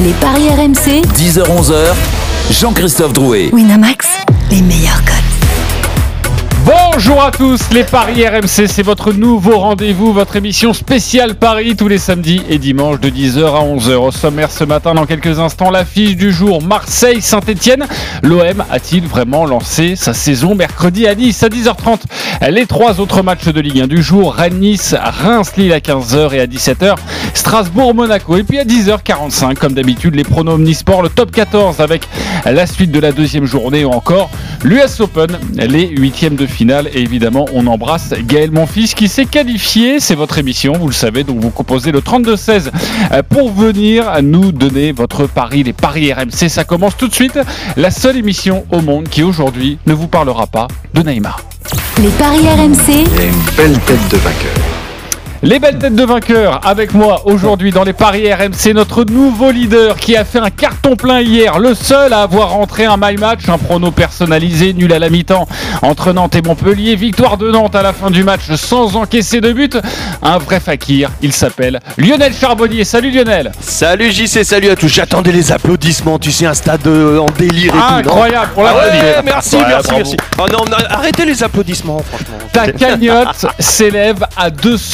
Les paris RMC, 10h-11h, Jean-Christophe Drouet. Winamax, les meilleurs cotes. Bonjour à tous, les paris RMC, c'est votre nouveau rendez-vous, votre émission spéciale Paris tous les samedis et dimanches de 10h à 11h. Au sommaire ce matin, dans quelques instants, l'affiche du jour, Marseille-Saint-Etienne. L'OM a-t-il vraiment lancé sa saison mercredi à Nice à 10h30? Les trois autres matchs de Ligue 1 du jour, Rennes-Nice, Reims-Lille à 15h et à 17h, Strasbourg-Monaco. Et puis à 10h45, comme d'habitude, les pronos Omnisport, le top 14 avec la suite de la deuxième journée ou encore l'US Open, les huitièmes de finale. Et évidemment, on embrasse Gaël Monfils qui s'est qualifié. C'est votre émission, vous le savez, donc vous composez le 32-16 pour venir nous donner votre pari, les paris RMC. Ça commence tout de suite. La seule émission au monde qui aujourd'hui ne vous parlera pas de Neymar. Les paris RMC, Il a une belle tête de vainqueur. Les belles têtes de vainqueurs avec moi aujourd'hui dans les paris RMC, notre nouveau leader qui a fait un carton plein hier, le seul à avoir rentré un my match, un prono personnalisé, nul à la mi-temps entre Nantes et Montpellier, victoire de Nantes à la fin du match sans encaisser de but, un vrai fakir, il s'appelle Lionel Charbonnier. Salut Lionel. Salut JC, salut à tous. J'attendais les applaudissements, tu sais, un stade en délire et tout. Incroyable, on l'applaudit. Ouais, merci, Ouais, merci, bravo. merci. Oh non, arrêtez les applaudissements, franchement. Ta cagnotte s'élève à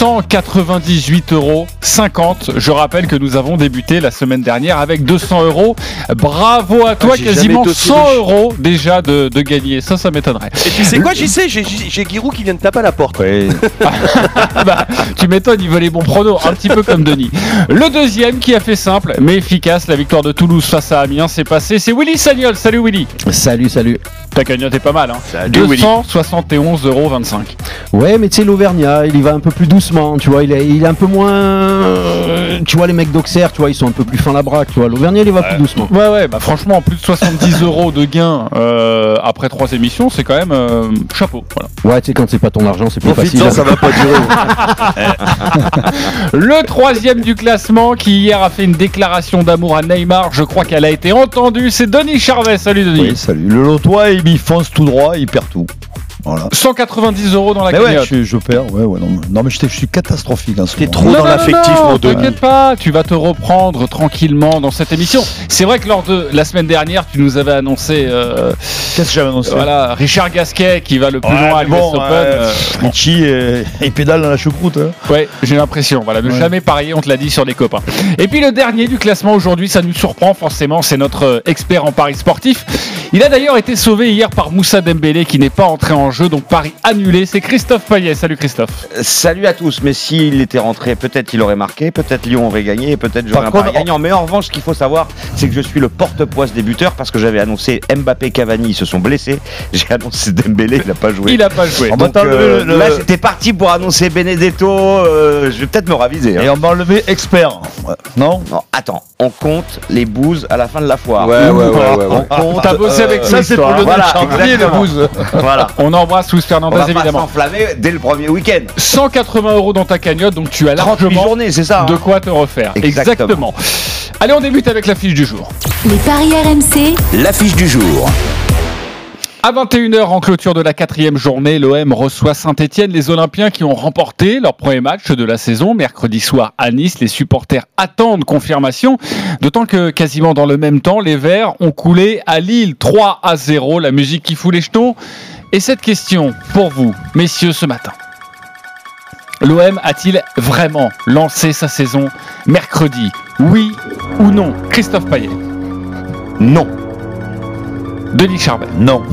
298,50 €. Je rappelle que nous avons débuté la semaine dernière avec 200 €. Bravo à toi, j'ai quasiment jamais doté 100 € déjà de gagner. Ça m'étonnerait. Et tu sais quoi, JC, j'ai Giroud qui vient de taper à la porte. Oui. Bah, tu m'étonnes, il veut les bons pronos, un petit peu comme Denis. Le deuxième qui a fait simple mais efficace, la victoire de Toulouse face à Amiens, c'est passé. C'est Willy Sagnol. Salut Willy. Salut. Ta cagnotte est pas mal, hein. Salut, Willy. 271,25 €. Ouais, mais tu sais, l'Auvergnat, il y va un peu plus doucement, tu vois, il est un peu moins... tu vois, les mecs d'Auxerre, tu vois, ils sont un peu plus fins la braque, tu vois. L'Auvergnat, il y va plus doucement. Ouais, bah franchement, plus de 70 € de gain après 3 émissions, c'est quand même chapeau. Voilà. Ouais, tu sais, quand c'est pas ton argent, c'est plus facile. Profite-en, ça va pas durer. Le troisième du classement qui hier a fait une déclaration d'amour à Neymar, je crois qu'elle a été entendue, c'est Denis Charvet. Salut Denis. Oui, salut. Le lotois, il fonce tout droit, il perd tout. Voilà. 190 € dans la Mais ouais, cagnotte. je perds. Ouais, non, mais je suis catastrophique en ce T'es moment. trop dans l'affectif, mon Denis. T'inquiète pas, tu vas te reprendre tranquillement dans cette émission. C'est vrai que lors de la semaine dernière, tu nous avais annoncé Qu'est-ce que j'avais annoncé? voilà, Richard Gasquet qui va le plus loin à l'US Open. Richie, il pédale dans la choucroute. Hein. Ouais, j'ai l'impression. Voilà, ne jamais parier, on te l'a dit sur les copains. Et puis le dernier du classement aujourd'hui, ça nous surprend forcément, c'est notre expert en paris sportif. Il a d'ailleurs été sauvé hier par Moussa Dembélé qui n'est pas entré en jeu, donc pari annulé. C'est Christophe Payet. Salut Christophe. Salut à tous, mais s'il était rentré, peut-être il aurait marqué, peut-être Lyon aurait gagné, peut-être j'aurais un Par pari contre, gagnant. Mais en revanche, ce qu'il faut savoir, c'est que je suis le porte-poisse des buteurs parce que j'avais annoncé Mbappé, Cavani, ils se sont blessés. J'ai annoncé Dembélé, il n'a pas joué. Il a pas joué. On va Donc, t'enlever là, j'étais parti pour annoncer Benedetto. Je vais peut-être me raviser. Et on m'a enlevé expert. Ouais. Non. Non, attends, on compte les bouses à la fin de la foire. Ouais. On compte. T'as bossé avec ça, nous, c'est toi, pour hein. le Voilà, Charbonnier, le exactement. bouse. Voilà. On embrasse Luis On Fernandez va pas évidemment. s'enflammer dès le premier week-end. 180 € dans ta cagnotte, donc tu as 38 largement journées, c'est ça. de hein. quoi te refaire. Exactement. Allez, on débute avec l'affiche du jour. les paris RMC, L'affiche du jour. À 21h, en clôture de la 4e journée, l'OM reçoit Saint-Etienne. Les Olympiens qui ont remporté leur premier match de la saison mercredi soir à Nice. Les supporters attendent confirmation, d'autant que quasiment dans le même temps, les Verts ont coulé à Lille 3-0. La musique qui fout les jetons. Et cette question pour vous, messieurs, ce matin. L'OM a-t-il vraiment lancé sa saison mercredi? Oui ou non? Christophe Payet. Non. Denis Charbet. Non.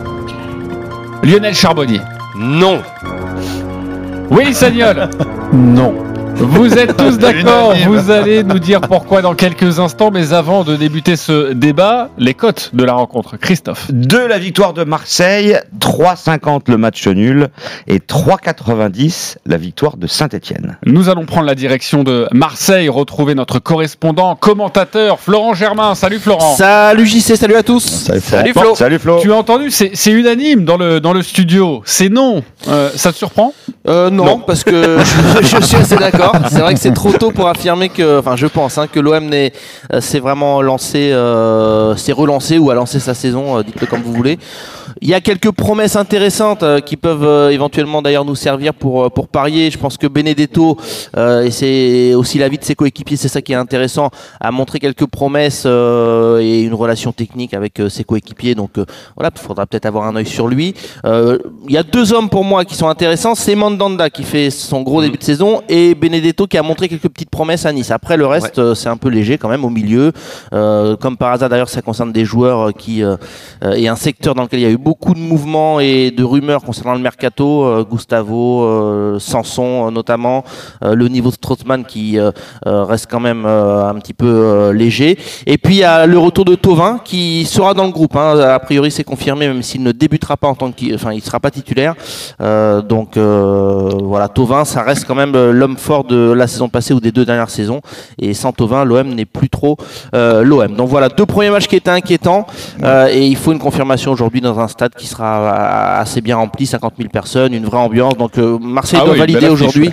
Lionel Charbonnier. Non. Willy Sagnol. Non. Vous êtes tous d'accord, Unanime. vous allez nous dire pourquoi dans quelques instants, mais avant de débuter ce débat, les cotes de la rencontre. Christophe. De la victoire de Marseille, 3,50 le match nul et 3,90 la victoire de Saint-Etienne. Nous allons prendre la direction de Marseille, retrouver notre correspondant, commentateur, Florent Germain. Salut Florent. Salut JC, salut à tous. Salut Flo. Salut Flo. Tu as entendu, c'est unanime dans le studio. C'est non. Ça te surprend? Non, parce que je suis assez d'accord. d'accord. C'est vrai que c'est trop tôt pour affirmer que, enfin, je pense que l'OM s'est vraiment lancé, s'est relancé ou a lancé sa saison. Dites-le comme vous voulez. Il y a quelques promesses intéressantes qui peuvent éventuellement d'ailleurs nous servir pour parier. Je pense que Benedetto, et c'est aussi l'avis de ses coéquipiers, c'est ça qui est intéressant, a montré quelques promesses et une relation technique avec ses coéquipiers. Donc voilà, il faudra peut-être avoir un œil sur lui. Il y a deux hommes pour moi qui sont intéressants. C'est Mandanda qui fait son gros début de saison et Benedetto qui a montré quelques petites promesses à Nice. Après le reste, c'est un peu léger quand même au milieu. Comme par hasard d'ailleurs, ça concerne des joueurs qui et un secteur dans lequel il y a eu beaucoup de mouvements et de rumeurs concernant le mercato. Gustavo, Sanson notamment, le niveau de Strootman qui reste quand même un petit peu léger. Et puis il y a le retour de Thauvin qui sera dans le groupe. A priori c'est confirmé, même s'il ne débutera pas il sera pas titulaire. Donc voilà, Thauvin, ça reste quand même l'homme fort de la saison passée ou des deux dernières saisons. Et sans Thauvin, l'OM n'est plus trop l'OM. Donc voilà, deux premiers matchs qui étaient inquiétants et il faut une confirmation aujourd'hui dans un stade qui sera assez bien rempli, 50 000 personnes, une vraie ambiance. Donc Marseille doit valider aujourd'hui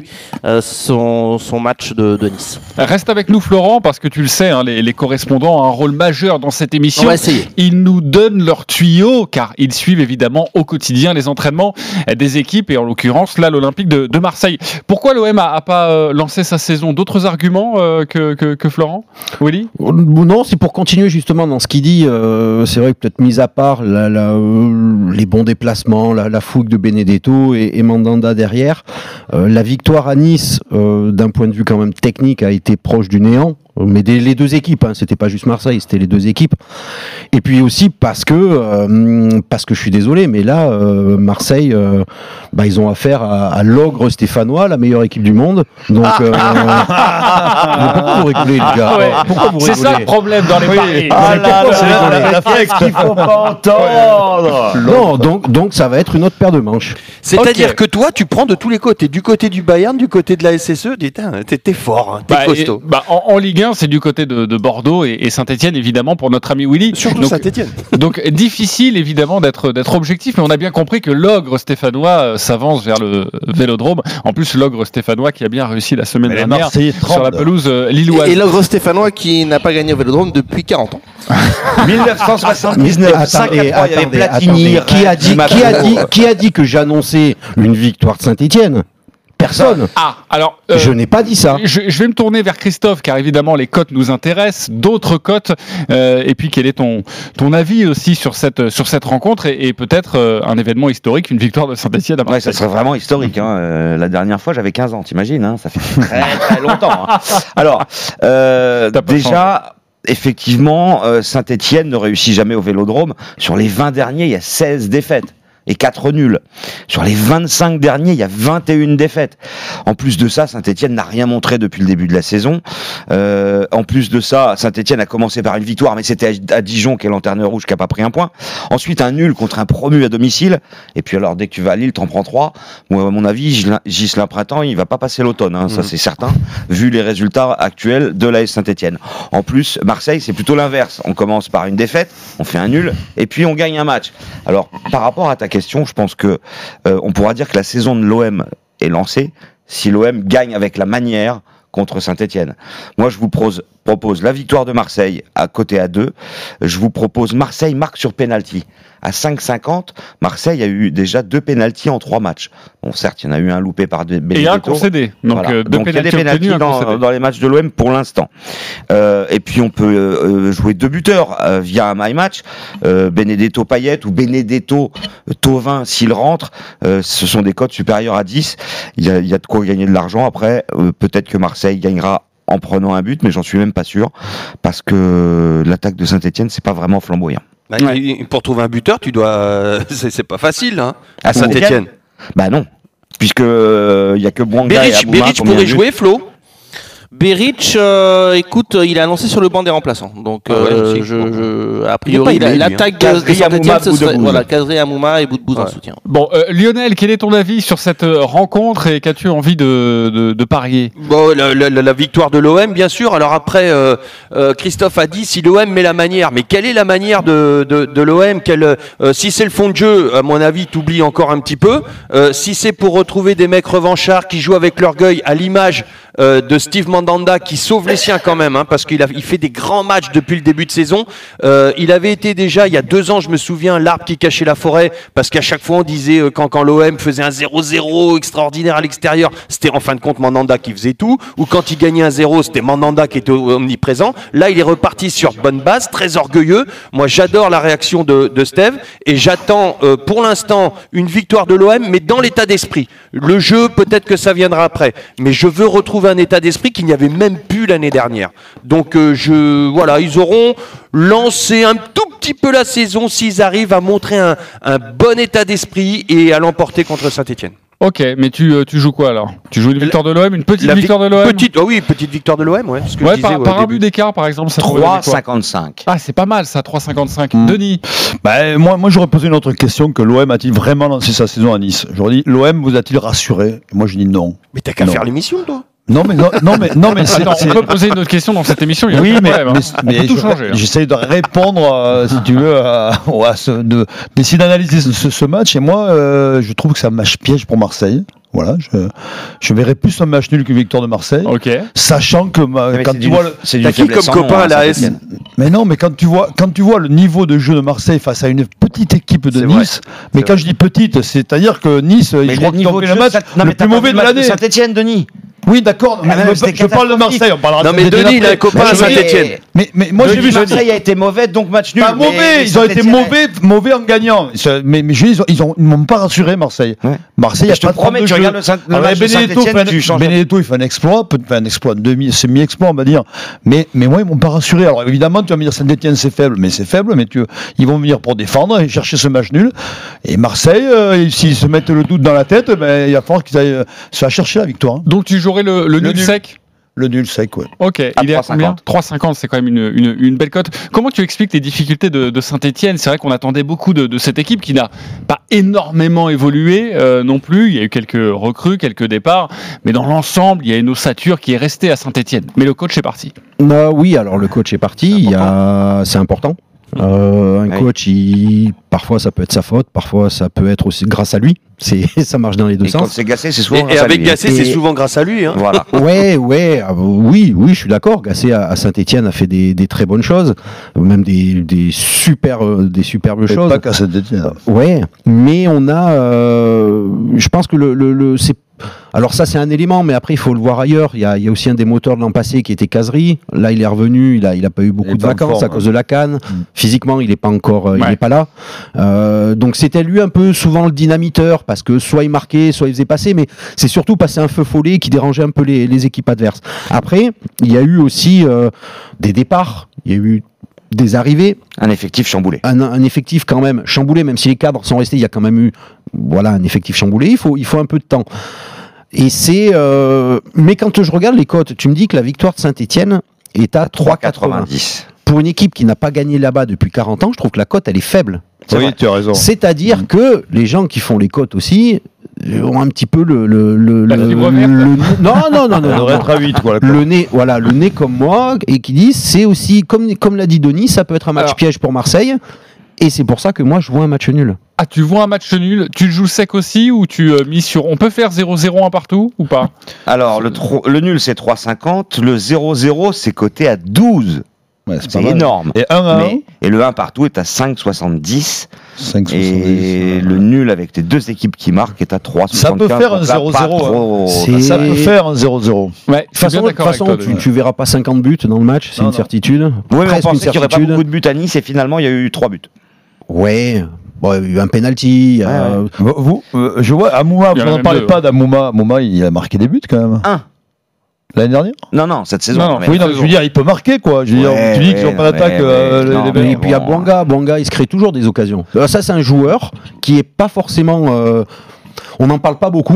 son match de Nice. Reste avec nous Florent, parce que tu le sais, les correspondants ont un rôle majeur dans cette émission. On va essayer. Ils nous donnent leurs tuyaux, car ils suivent évidemment au quotidien les entraînements des équipes, et en l'occurrence là l'Olympique de Marseille. Pourquoi l'OM a pas lancé sa saison? D'autres arguments que Florent? Willy? Non, c'est pour continuer justement dans ce qu'il dit. C'est vrai que peut-être mis à part les bons déplacements, la fougue de Benedetto et Mandanda derrière, la victoire à Nice, d'un point de vue quand même technique, a été proche du néant. Mais les deux équipes, c'était pas juste Marseille, c'était les deux équipes. Et puis aussi parce que je suis désolé, mais là Marseille, ils ont affaire à l'ogre stéphanois, la meilleure équipe du monde. Donc pourquoi vous rigolez, les gars? Pourquoi vous rigolez? C'est ça le problème dans les paris. C'est ce qu'il faut pas entendre. Non, donc ça va être une autre paire de manches. C'est-à-dire que toi, tu prends de tous les côtés, du côté du Bayern, du côté de la SSE, t'es fort, t'es costaud. En Ligue 1, c'est du côté de Bordeaux et Saint-Etienne, évidemment, pour notre ami Willy. Surtout Saint-Etienne. Donc difficile, évidemment, d'être objectif, mais on a bien compris que l'ogre stéphanois s'avance vers le Vélodrome. En plus, l'ogre stéphanois qui a bien réussi la semaine dernière sur la pelouse lilloise. Et l'ogre stéphanois qui n'a pas gagné au Vélodrome depuis 40 ans. 1979, 5-3, il y avait Platini. Qui a dit que j'annonçais une victoire de Saint-Etienne? Personne. Alors, je n'ai pas dit ça. Je vais me tourner vers Christophe, car évidemment les cotes nous intéressent, d'autres cotes. Et puis quel est ton avis aussi sur cette rencontre et peut-être un événement historique, une victoire de Saint-Etienne à Marseille? Ouais, ça serait vraiment historique. La dernière fois, j'avais 15 ans, t'imagines, ça fait très très longtemps. Alors, déjà. Effectivement, Saint-Etienne ne réussit jamais au Vélodrome. Sur les 20 derniers, il y a 16 défaites et 4 nuls. Sur les 25 derniers, il y a 21 défaites. En plus de ça, Saint-Etienne n'a rien montré depuis le début de la saison. En plus de ça, Saint-Etienne a commencé par une victoire, mais c'était à Dijon, qui est lanterne rouge, qui n'a pas pris un point. Ensuite, un nul contre un promu à domicile. Et puis alors, dès que tu vas à Lille, t'en prends 3. Moi, à mon avis, Ghislain Printemps, il va pas passer l'automne, ça c'est certain, vu les résultats actuels de l'AS Saint-Etienne. En plus, Marseille, c'est plutôt l'inverse. On commence par une défaite, on fait un nul, et puis on gagne un match. Alors, par rapport à ta question, je pense que on pourra dire que la saison de l'OM est lancée si l'OM gagne avec la manière contre Saint-Etienne. Moi, je vous propose la victoire de Marseille à côté à 2. Je vous propose Marseille marque sur penalty à 5,50. Marseille a eu déjà 2 pénaltys en 3 matchs. Bon, certes, il y en a eu un loupé par Benedetto. Et un concédé. Donc, voilà. donc il y a des pénaltys dans les matchs de l'OM pour l'instant. Et puis, on peut jouer 2 buteurs via un my match. Benedetto Payet ou Benedetto Thauvin s'il rentre. Ce sont des cotes supérieures à 10. Il y a de quoi gagner de l'argent. Après, peut-être que Marseille gagnera en prenant un but, mais j'en suis même pas sûr, parce que l'attaque de Saint-Etienne, c'est pas vraiment flamboyant. Pour trouver un buteur, tu dois. C'est pas facile, à Saint-Etienne. Bah non, puisque il y a que Bouanga et Abouma. Beric pourrait jouer, Flo. Beric, écoute, il est annoncé sur le banc des remplaçants. Donc, a priori, l'attaque de Saint-Etienne, ce serait Kadri, Amouma et Boudbouz en soutien. Bon, Lionel, quel est ton avis sur cette rencontre et qu'as-tu envie de parier ? Bon, la victoire de l'OM, bien sûr. Alors après, Christophe a dit si l'OM met la manière. Mais quelle est la manière de l'OM ? Si c'est le fond de jeu, à mon avis, t'oublies encore un petit peu. Si c'est pour retrouver des mecs revanchards qui jouent avec l'orgueil, à l'image de Steve Mandanda qui sauve les siens quand même, parce qu'il fait des grands matchs depuis le début de saison. Il avait été déjà il y a 2 ans, je me souviens, l'arbre qui cachait la forêt, parce qu'à chaque fois on disait quand l'OM faisait un 0-0 extraordinaire à l'extérieur, c'était en fin de compte Mandanda qui faisait tout, ou quand il gagnait un 0, c'était Mandanda qui était omniprésent. Là il est reparti sur bonne base, très orgueilleux. Moi j'adore la réaction de Steve et j'attends pour l'instant une victoire de l'OM, mais dans l'état d'esprit. Le jeu, peut-être que ça viendra après, mais je veux retrouver un état d'esprit qu'il n'y avait même plus l'année dernière. Donc ils auront lancé un tout petit peu la saison s'ils arrivent à montrer un bon état d'esprit et à l'emporter contre Saint-Etienne. Ok, mais tu joues quoi alors ? Tu joues une victoire de l'OM, une petite victoire de l'OM ? Petite victoire de l'OM, ouais. Ce que je disais par un but d'écart, par exemple, ça 3,55. Ah, c'est pas mal ça, 3,55. Denis ? Moi, j'aurais posé une autre question, que l'OM a-t-il vraiment lancé sa saison à Nice ? J'aurais dit, l'OM vous a-t-il rassuré ? Moi, je dis non. Mais t'as qu'à faire l'émission, toi. Non mais Attends, on peut poser une autre question dans cette émission. Il y a problème, on peut tout changer. J'essaie de répondre, si tu veux, d'essayer d'analyser ce match. Et moi, je trouve que c'est un match piège pour Marseille. Voilà, je verrais plus un match nul qu'une victoire de Marseille. Ok. Sachant que quand tu vois t'as qui comme copain à la S ? Mais non, mais quand tu vois le niveau de jeu de Marseille face à une petite équipe de Nice, mais quand je dis petite, c'est-à-dire que Nice, je crois qu'ils ont fait le match le plus mauvais de l'année. Saint-Etienne, Denis. Oui, d'accord, mais je parle de Marseille, on parlera de Saint-Etienne. Non, mais Denis, il a un copain à Saint-Etienne. Mais moi, j'ai vu Marseille a été mauvais, donc match nul. Pas mauvais, ils ont été mauvais en gagnant. Mais ils m'ont pas rassuré, Marseille. Marseille, je te promets, tu regardes le match de Saint-Etienne, tu changes. Benedetto, il fait un exploit, semi-exploit, on va dire. Mais moi, ils m'ont pas rassuré. Alors évidemment, tu vas me dire Saint-Etienne, c'est faible, mais ils vont venir pour défendre et chercher ce match nul. Et Marseille, s'ils se mettent le doute dans la tête, il va falloir qu'ils aillent se chercher la victoire. Donc tu jouerais le nul sec ? Le nul sec, ouais. Ok, il est à combien ? 3,50, c'est quand même une belle cote. Comment tu expliques les difficultés de Saint-Etienne ? C'est vrai qu'on attendait beaucoup de cette équipe qui n'a pas énormément évolué non plus. Il y a eu quelques recrues, quelques départs, mais dans l'ensemble, il y a une ossature qui est restée à Saint-Etienne. Mais le coach est parti. Oui, alors le coach est parti, c'est important. Coach, parfois ça peut être sa faute, parfois ça peut être aussi grâce à lui. Ça marche dans les deux sens. Quand c'est Gasset, c'est souvent grâce à lui. Et avec Gasset, c'est souvent grâce à lui. Voilà. Oui, je suis d'accord. Gasset à Saint-Etienne a fait des très bonnes choses, même des superbes choses. Pas qu'à Saint-Etienne. Ouais, mais on a, je pense que c'est. Alors ça c'est un élément, mais après il faut le voir ailleurs. Il y a aussi un des moteurs de l'an passé qui était Cazerie. Là il est revenu, il a pas eu beaucoup de vacances à cause de la CAN. Physiquement il est pas encore, il est pas là. Donc c'était lui un peu souvent le dynamiteur parce que soit il marquait, soit il faisait passer, mais c'est surtout passer un feu follet qui dérangeait un peu les équipes adverses. Après il y a eu aussi des départs, il y a eu des arrivées. Un effectif chamboulé. Un effectif quand même chamboulé, même si les cadres sont restés, il y a quand même eu un effectif chamboulé. Il faut un peu de temps. Et mais quand je regarde les cotes, tu me dis que la victoire de Saint-Etienne est à 3,90. Pour une équipe qui n'a pas gagné là-bas depuis 40 ans, je trouve que la cote elle est faible. Oui, tu as raison. C'est-à-dire que les gens qui font les cotes aussi ont un petit peu non, être à 8, quoi, le nez comme moi, et qui disent c'est aussi comme l'a dit Denis, ça peut être un match piège pour Marseille, et c'est pour ça que moi je vois un match nul. Ah, tu vois un match nul, tu le joues sec aussi ou tu mises sur... On peut faire 0-0 un partout ou pas ? Alors le nul c'est 3,50, le 0-0 c'est coté à 12. Ouais, c'est énorme. Et 1-1 et le 1 partout est à 5,70. Et le nul avec les deux équipes qui marquent est à 3,75. Ça peut faire un 0-0. Ça peut faire un 0-0. Ouais, de toute façon, tu verras pas 50 buts dans le match, c'est une certitude. Oui, mais on pensait qu'il n'y aurait pas beaucoup de buts à Nice et finalement il y a eu 3 buts. Ouais. Bon, il y a eu un penalty. Je vois Amouma, vous n'en parlez pas d'Amouma. Amouma, il a marqué des buts quand même. L'année dernière ? Non, cette saison. Non, je veux dire, il peut marquer, quoi. Je veux dire, tu dis qu'ils n'ont pas d'attaque. Et puis il y a Bouanga, il se crée toujours des occasions. Ça, c'est un joueur qui est pas forcément. On n'en parle pas beaucoup.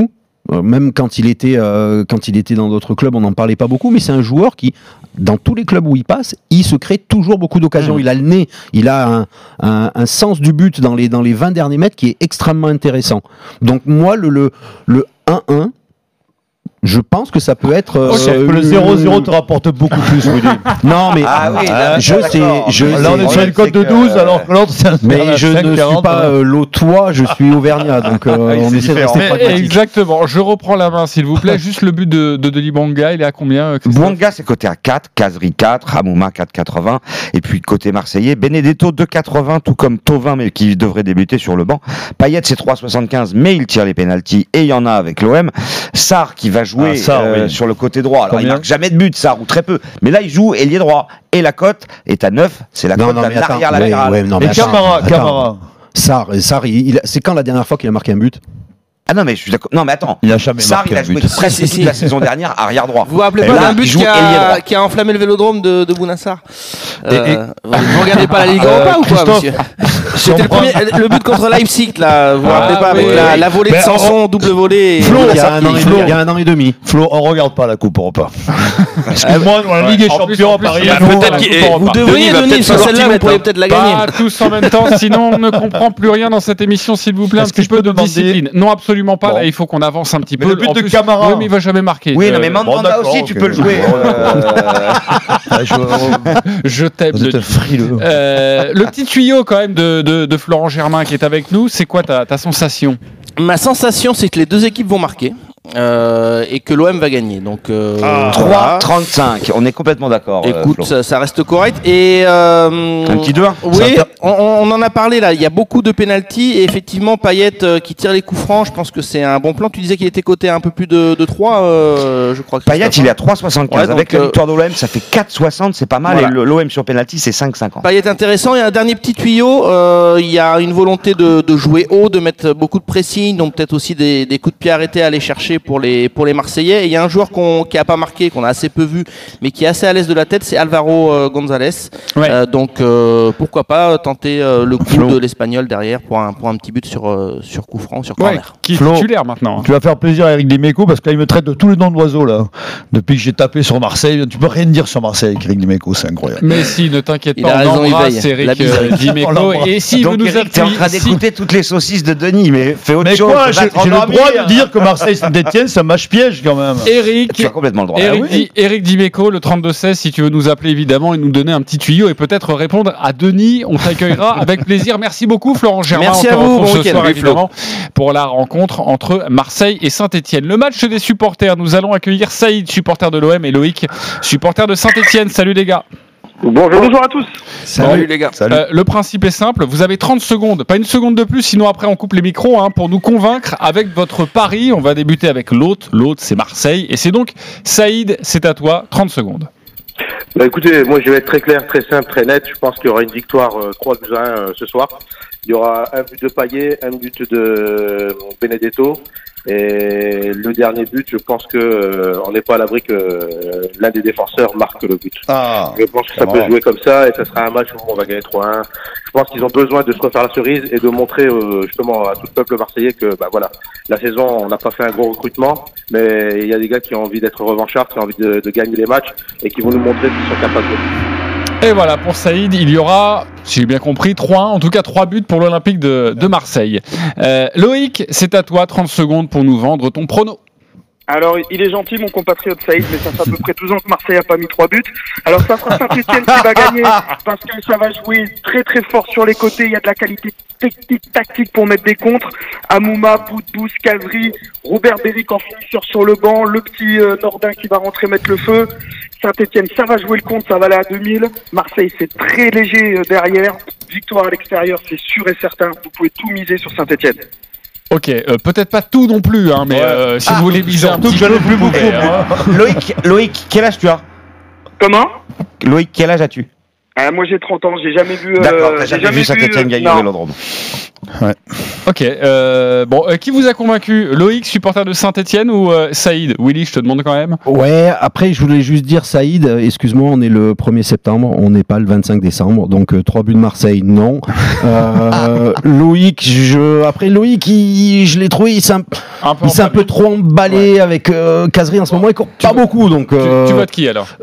Même quand il était dans d'autres clubs, on n'en parlait pas beaucoup, mais c'est un joueur qui, dans tous les clubs où il passe, il se crée toujours beaucoup d'occasions. Il a le nez, il a un sens du but dans les 20 derniers mètres qui est extrêmement intéressant. Donc moi, le 1-1, je pense que ça peut être. Le 0-0 te rapporte beaucoup plus, Rudy. Non, mais Ah oui, là, là, on est sur une cote de 12, alors que l'autre, c'est un mais je 5, ne 40, suis pas Lautois, je suis Auvergnat, donc on essaie de rester pragmatique. Exactement. Je reprends la main, s'il vous plaît. Juste le but de Denis Bouanga, il est à combien, Christophe? Bouanga, c'est coté à 4, Kazri 4, Hamouma 4,80. Et puis côté marseillais, Benedetto 2,80, tout comme Thauvin, mais qui devrait débuter sur le banc. Payet, c'est 3,75, mais il tire les pénaltys et il y en a avec l'OM. Sarr qui va jouer sur le côté droit. Alors il marque jamais de but, Sarr, ou très peu. Mais là, il joue ailier droit. Et la cote est à 9. C'est la cote l'arrière latéral. Et Camara. Sarr, c'est quand la dernière fois qu'il a marqué un but? Ah non, mais je suis d'accord. Non, mais attends. Il a jamais Sarr, marqué il a un joué but. presque toute la saison dernière arrière droit. Vous vous rappelez Et pas là, d'un but il joue ailier droit. qui a enflammé le vélodrome de Bounassar Vous regardez pas la Ligue 1 pas ou quoi, monsieur? C'était le but contre Leipzig, là. Vous vous rappelez pas, avec la volée de Sanson, double volée. Flo, il y a un an et demi. Flo, on regarde pas la Coupe Europa. Excuse-moi, dans la Ligue des Champions à Paris. Vous devriez, Denis, sur celle-là, vous pourriez peut-être la gagner. Pas tous en même temps, sinon on ne comprend plus rien dans cette émission, s'il vous plaît. Un petit peu de discipline. Non, absolument pas. Là, il faut qu'on avance un petit peu. Le but de Camara. Oui, mais il va jamais marquer. Oui, non, mais Mandanda aussi, tu peux le jouer. Je t'aime. Vous êtes frileux. Le petit tuyau quand même de Florent Germain qui est avec nous, c'est quoi ta sensation? Ma sensation, c'est que les deux équipes vont marquer. Et que l'OM va gagner. Donc 3,35. On est complètement d'accord. Écoute, ça reste correct. Et un petit 2-1. Oui, on en a parlé là. Il y a beaucoup de pénaltys et effectivement Payet qui tire les coups francs. Je pense que c'est un bon plan. Tu disais qu'il était coté à un peu plus de 3, je crois. Payet, il est à 3,75. Ouais, avec la victoire de l'OM, ça fait 4,60. C'est pas mal. Voilà. Et l'OM sur pénalty, c'est 5,50. Payet intéressant. Il y a un dernier petit tuyau. Il y a une volonté de jouer haut, de mettre beaucoup de pressing, donc peut-être aussi des coups de pied arrêtés à aller chercher pour les Marseillais. Et il y a un joueur qui a pas marqué, qu'on a assez peu vu, mais qui est assez à l'aise de la tête, c'est Alvaro González. Ouais. Donc pourquoi pas tenter le coup de l'Espagnol derrière pour un petit but sur coup franc, sur corner. Qui est titulaire maintenant. Tu vas faire plaisir à Eric Dimeco parce qu'il me traite de tous les noms d'oiseaux là. Depuis que j'ai tapé sur Marseille, tu peux rien dire sur Marseille avec Eric Dimeco, c'est incroyable. Mais si, ne t'inquiète pas, on embrasse Eric Dimeco. Et si vous nous t'es en train d'écouter toutes les saucisses de Denis, mais fais autre chose. Mais quoi, j'ai le droit de dire que Marseille Saint-Etienne, ça match piège quand même. Eric, tu as complètement le droit. Eric Dimeco, le 32-16, si tu veux nous appeler évidemment et nous donner un petit tuyau et peut-être répondre à Denis, on t'accueillera avec plaisir. Merci beaucoup Florent Germain. Merci à vous ce soir évidemment pour la rencontre entre Marseille et Saint-Etienne. Le match des supporters, nous allons accueillir Saïd, supporter de l'OM, et Loïc, supporter de Saint-Etienne. Salut les gars. Bonjour à tous. Salut les gars. Le principe est simple, vous avez 30 secondes, pas une seconde de plus, sinon après on coupe les micros pour nous convaincre avec votre pari. On va débuter avec l'autre c'est Marseille et c'est donc Saïd, c'est à toi, 30 secondes. Bah écoutez, moi je vais être très clair, très simple, très net. Je pense qu'il y aura une victoire 3-1 ce soir. Il y aura un but de Payet, un but de Benedetto. Et le dernier but, je pense que on n'est pas à l'abri que l'un des défenseurs marque le but. Je pense que ça peut jouer comme ça et ça sera un match où on va gagner 3-1. Je pense qu'ils ont besoin de se refaire la cerise et de montrer justement à tout le peuple marseillais que voilà, la saison on n'a pas fait un gros recrutement, mais il y a des gars qui ont envie d'être revanchards, qui ont envie de gagner les matchs et qui vont nous montrer qu'ils sont capables de. Et voilà, pour Saïd, il y aura, si j'ai bien compris, 3-1, en tout cas 3 buts pour l'Olympique de Marseille. Loïc, c'est à toi, 30 secondes pour nous vendre ton prono. Alors, il est gentil, mon compatriote Saïd, mais ça fait à peu près 12 ans que Marseille n'a pas mis 3 buts. Alors, ça sera Saint-Etienne qui va gagner, parce que ça va jouer très très fort sur les côtés. Il y a de la qualité technique, tactique pour mettre des contres. Amouma, Boudbous, Kazri, Robert Béric en finisseur sur le banc, le petit Nordin qui va rentrer mettre le feu. Saint-Etienne, ça va jouer le compte, ça va aller à 2000. Marseille, c'est très léger derrière. Victoire à l'extérieur, c'est sûr et certain. Vous pouvez tout miser sur Saint-Etienne. Ok, peut-être pas tout non plus, mais si vous voulez miser un petit peu, plus beaucoup. Loïc, quel âge tu as? Comment? Loïc, quel âge as-tu? Moi j'ai 30 ans, j'ai jamais vu. D'accord, t'as jamais vu Saint-Etienne gagner au Vélodrome. Ouais. Ok. Qui vous a convaincu? Loïc, supporter de Saint-Etienne, ou Saïd? Willy, je te demande quand même. Ouais, après, je voulais juste dire, Saïd, excuse-moi, on est le 1er septembre, on n'est pas le 25 décembre, donc 3 buts de Marseille, non. Loïc, je l'ai trouvé, il s'est un peu trop emballé avec Cazerie en ce moment, il court pas beaucoup, donc... Tu votes qui alors?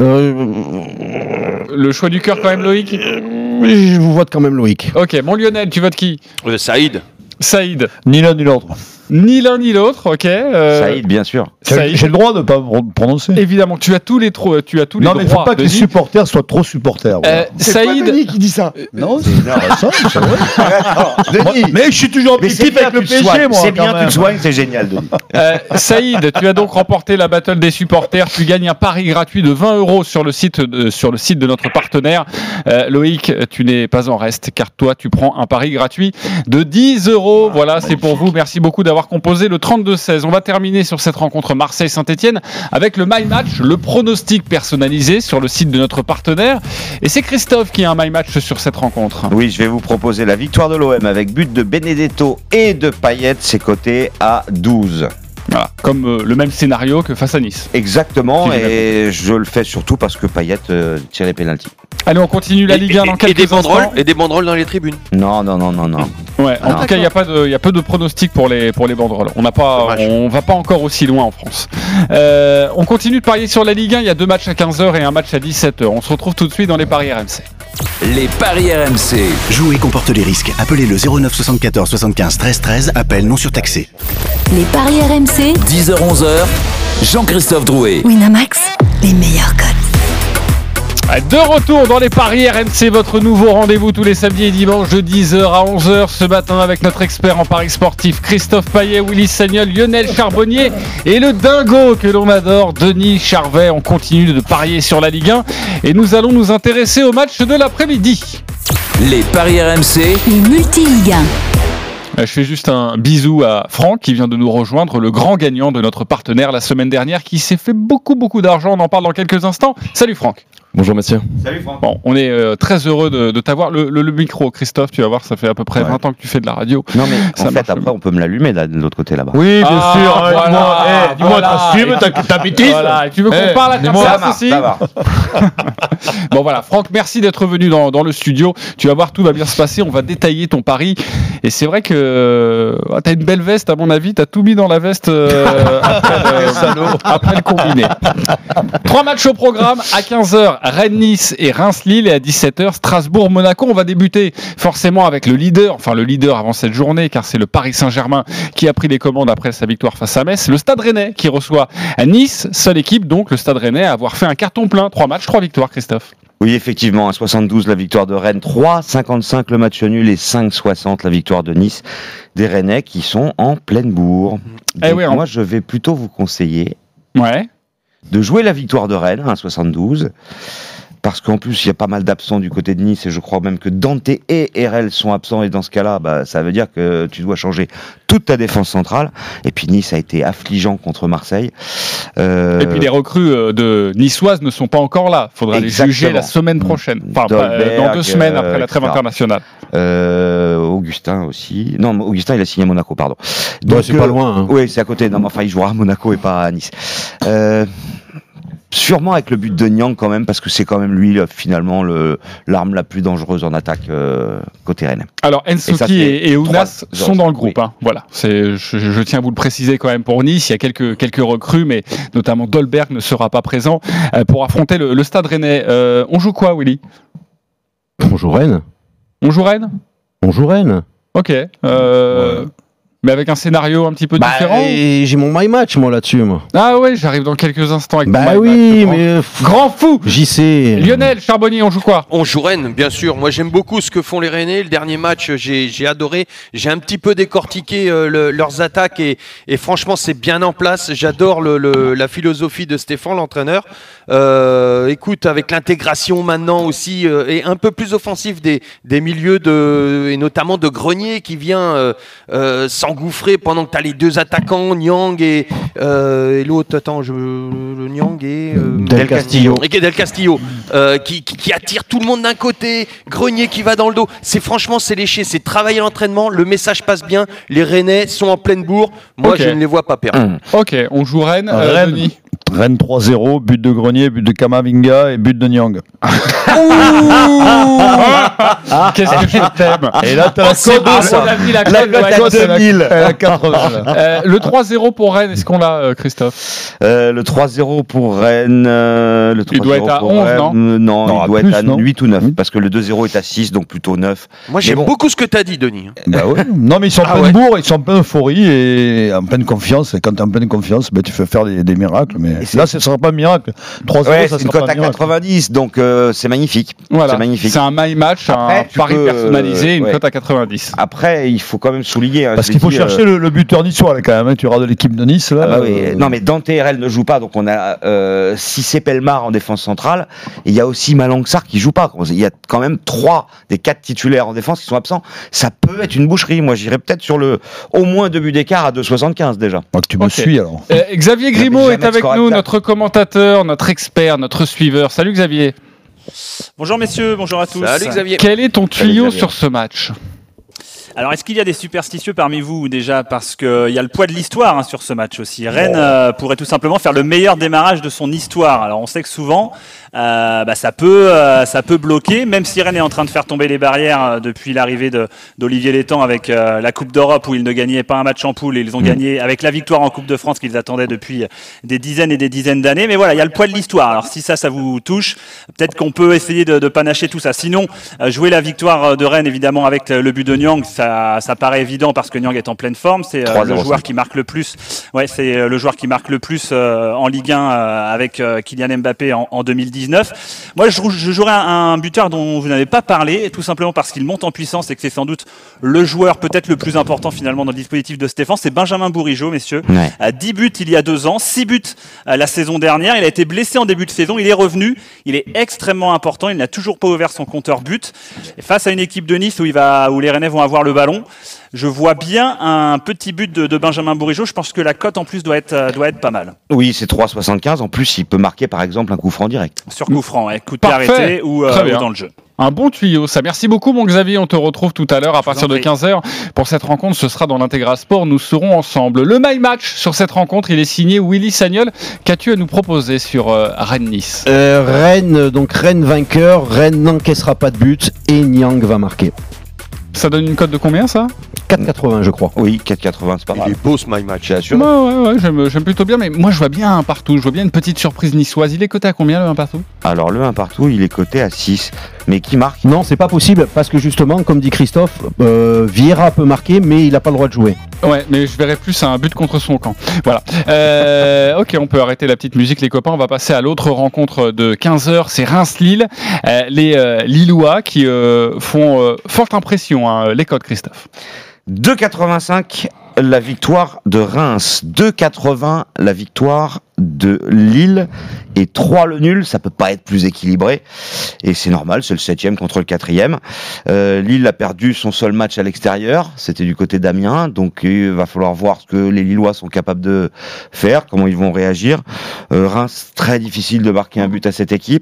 Le choix du cœur quand même, Loïc? Je vous vote quand même Loïc. Ok, mon Lionel, tu votes qui? Saïd. Saïd. Ni l'un ni l'autre. Ni l'un ni l'autre, ok. Saïd, bien sûr. Saïd. J'ai le droit de ne pas me prononcer. Évidemment, tu as tous les droits. Non, mais il ne faut pas que les supporters soient trop supporters. Voilà. Saïd. Denis qui dit ça. Non, c'est vrai. Denis. Mais je suis toujours objectif avec le PSG, moi. C'est bien, tu te soignes, c'est génial, Denis. Saïd, tu as donc remporté la battle des supporters. Tu gagnes un pari gratuit de 20 € sur le site de notre partenaire. Loïc, tu n'es pas en reste, car toi, tu prends un pari gratuit de 10 €. Voilà, c'est pour vous. Merci beaucoup d'avoir composé le 32-16. On va terminer sur cette rencontre Marseille-Saint-Etienne avec le My Match, le pronostic personnalisé sur le site de notre partenaire. Et c'est Christophe qui a un My Match sur cette rencontre. Oui, je vais vous proposer la victoire de l'OM avec but de Benedetto et de Payet, c'est coté à 12. Voilà, comme le même scénario que face à Nice. Exactement, et je le fais surtout parce que Payet tire les pénaltys. Allez, on continue la Ligue 1 dans quelques instants. Et des banderoles dans les tribunes. Non. Ouais, en tout cas, il y a peu de pronostics pour les banderoles. On va pas encore aussi loin en France. On continue de parier sur la Ligue 1. Il y a 2 matchs à 15h et un match à 17h. On se retrouve tout de suite dans les paris RMC. Les paris RMC. Jouer comporte les risques. Appelez le 09 74 75 13 13. Appel non surtaxé. Les paris RMC. 10h-11h. Jean-Christophe Drouet. Winamax, les meilleurs codes. De retour dans les paris RMC, votre nouveau rendez-vous tous les samedis et dimanches de 10h à 11h ce matin avec notre expert en paris sportif Christophe Payet, Willy Sagnol, Lionel Charbonnier et le dingo que l'on adore, Denis Charvet. On continue de parier sur la Ligue 1 et nous allons nous intéresser au match de l'après-midi. Les paris RMC. Les multi-Ligue 1. Je fais juste un bisou à Franck qui vient de nous rejoindre, le grand gagnant de notre partenaire la semaine dernière qui s'est fait beaucoup d'argent. On en parle dans quelques instants. Salut Franck. Bonjour Mathieu. Salut Franck. Bon, on est très heureux de t'avoir. Le micro, Christophe, tu vas voir, ça fait à peu près 20 ans que tu fais de la radio. Non mais en fait après on peut me l'allumer là, de l'autre côté là-bas. Oui, bien sûr. Voilà, Dis-moi, t'assumes ta bêtise. Voilà, et tu veux qu'on parle à ta aussi Ça va. Bon voilà, Franck, merci d'être venu dans le studio. Tu vas voir, tout va bien se passer. On va détailler ton pari. Et c'est vrai que t'as une belle veste, à mon avis. T'as tout mis dans la veste après le combiné. 3 matchs au programme. À 15h, Rennes-Nice et Reims-Lille. Et à 17h, Strasbourg-Monaco. On va débuter forcément avec le leader avant cette journée, car c'est le Paris Saint-Germain qui a pris les commandes après sa victoire face à Metz. Le Stade Rennais qui reçoit à Nice. Seule équipe, donc, le Stade Rennais, à avoir fait un carton plein. 3 matchs, 3 victoires, Christophe. Oui, effectivement, à 72 la victoire de Rennes, 3,55 le match nul et 5,60 la victoire de Nice, des Rennais qui sont en pleine bourre. Moi, je vais plutôt vous conseiller de jouer la victoire de Rennes à 72. Parce qu'en plus, il y a pas mal d'absents du côté de Nice et je crois même que Dante et RL sont absents et dans ce cas-là, ça veut dire que tu dois changer toute ta défense centrale. Et puis Nice a été affligeant contre Marseille. Et puis les recrues de niçoises ne sont pas encore là. Il faudra les juger la semaine prochaine. Enfin, dans 2 semaines après la trêve internationale. Augustin aussi. Non, Augustin, il a signé à Monaco, pardon. Donc, c'est pas loin. Hein. Oui, c'est à côté. Non, mais enfin, il jouera à Monaco et pas à Nice. Sûrement avec le but de Niang quand même, parce que c'est quand même lui finalement l'arme la plus dangereuse en attaque côté Rennes. Alors Nsouki et Ounas sont dans le groupe. Oui. Hein. Voilà, je tiens à vous le préciser quand même pour Nice. Il y a quelques recrues, mais notamment Dolberg ne sera pas présent pour affronter le Stade Rennais. On joue quoi, Willy? On joue Rennes. On joue Rennes. On joue Rennes. Ok. Mais avec un scénario un petit peu différent. Et j'ai mon My Match moi là-dessus moi. Ah ouais, j'arrive dans quelques instants avec mon My Match. Mais grand fou. J'y sais. Lionel Charbonnier, on joue quoi? On joue Rennes, bien sûr. Moi j'aime beaucoup ce que font les Rennais. Le dernier match, j'ai adoré. J'ai un petit peu décortiqué leurs attaques et franchement c'est bien en place. J'adore la philosophie de Stéphane, l'entraîneur. Écoute, avec l'intégration maintenant aussi et un peu plus offensif des milieux et notamment de Grenier qui vient s'engouffrer pendant que tu as les deux attaquants, Niang et l'autre, le Niang et Del Castillo. Et Del Castillo, qui attire tout le monde d'un côté, Grenier qui va dans le dos. C'est léché, c'est travailler l'entraînement, le message passe bien, les Rennais sont en pleine bourre. Moi, je ne les vois pas perdre. Ok, on joue Rennes. Denis. Rennes 3-0, but de Grenier, but de Kamavinga et but de Niang. Qu'est-ce que je t'aime. Et là, t'as la cote, ça. La cote 2000. La 80. Le 3-0 pour Rennes, est-ce qu'on l'a, Christophe? Le 3-0 pour Rennes. Le 3-0 il doit être à 11, Rennes, non, il doit plus, être à non 8 ou 9, parce que le 2-0 est à 6, donc plutôt 9. Moi, j'aime beaucoup ce que tu as dit, Denis. Bah ouais. Non, mais ils sont en pleine bourre, ils sont en pleine euphorie et en pleine confiance. Et quand tu es en pleine confiance, tu fais faire des miracles. Mais là, ce ne sera pas un miracle. 3-0, ouais, ça c'est une sera cote pas à un miracle. 90, donc c'est magnifique. Voilà. C'est magnifique. C'est un my match, Après, un pari personnalisé, une cote à 90. Après, il faut quand même souligner. Parce qu'il faut chercher le buteur niçois, là, quand même. Tu auras de l'équipe de Nice. Là, bah oui. Non, mais Dante RL ne joue pas, donc on a Cissé Pellemard en défense centrale. Et il y a aussi Malang Sarr qui joue pas. Il y a quand même 3 des 4 titulaires en défense qui sont absents. Ça peut être une boucherie. Moi, j'irais peut-être sur au moins 2 buts d'écart à 2,75 déjà. Donc tu me suis alors. Xavier Grimaud est avec nous, notre commentateur, notre expert, notre suiveur. Salut Xavier. Bonjour messieurs, bonjour à tous. Salut Xavier. Quel est ton tuyau sur ce match? Alors, est-ce qu'il y a des superstitieux parmi vous déjà? Parce qu'il y a le poids de l'histoire sur ce match aussi. Rennes pourrait tout simplement faire le meilleur démarrage de son histoire. Alors, on sait que souvent, ça peut bloquer, même si Rennes est en train de faire tomber les barrières depuis l'arrivée d'Olivier Létang avec la Coupe d'Europe où ils ne gagnaient pas un match en poule et ils ont gagné avec la victoire en Coupe de France qu'ils attendaient depuis des dizaines et des dizaines d'années. Mais voilà, il y a le poids de l'histoire. Alors, si ça vous touche, peut-être qu'on peut essayer de panacher tout ça. Sinon, jouer la victoire de Rennes, évidemment, avec le but de Niang, ça paraît évident parce que Niang est en pleine forme. C'est le joueur qui marque le plus. Ouais, c'est le joueur qui marque le plus en Ligue 1 avec Kylian Mbappé en 2019. Moi, je jouerais un buteur dont vous n'avez pas parlé, tout simplement parce qu'il monte en puissance et que c'est sans doute le joueur peut-être le plus important finalement dans le dispositif de Stéphane. C'est Benjamin Bourigeaud, messieurs. Ouais. 10 buts il y a 2 ans, 6 buts la saison dernière. Il a été blessé en début de saison. Il est revenu. Il est extrêmement important. Il n'a toujours pas ouvert son compteur but. Et face à une équipe de Nice où les Rennais vont avoir le ballon, je vois bien un petit but de Benjamin Bourigeaud. Je pense que la cote en plus doit être pas mal. Oui, c'est 3,75. En plus, il peut marquer par exemple un coup franc direct. Sur coup franc, ouais. Coup de pied arrêté ou dans le jeu. Un bon tuyau, ça. Merci beaucoup, mon Xavier. On te retrouve tout à l'heure à partir de 15h. Pour cette rencontre, ce sera dans l'Intégral Sport. Nous serons ensemble. Le My Match sur cette rencontre, il est signé Willy Sagnol. Qu'as-tu à nous proposer sur Rennes-Nice? Rennes vainqueur. Rennes n'encaissera pas de but et Niang va marquer. Ça donne une cote de combien, ça? 4,80 je crois. Oui, 4,80 c'est pas mal. Il est beau ce My Match, c'est sûr. Ouais, j'aime plutôt bien, mais moi je vois bien un partout. Je vois bien une petite surprise niçoise. Il est coté à combien le 1 partout? Alors le 1 partout, il est coté à 6. Mais qui marque? Non, c'est pas possible parce que justement, comme dit Christophe, Vieira peut marquer, mais il n'a pas le droit de jouer. Ouais, mais je verrais plus un but contre son camp. Voilà. Ok, on peut arrêter la petite musique, les copains. On va passer à l'autre rencontre de 15h. C'est Reims-Lille. Les Lillois qui font forte impression. Les codes, Christophe. 2,85 la victoire de Reims, 2,80 la victoire de Lille et 3 le nul. Ça peut pas être plus équilibré et c'est normal, c'est le 7e contre le 4e. Lille a perdu son seul match à l'extérieur, c'était du côté d'Amiens, donc il va falloir voir ce que les Lillois sont capables de faire, comment ils vont réagir. Reims, très difficile de marquer un but à cette équipe.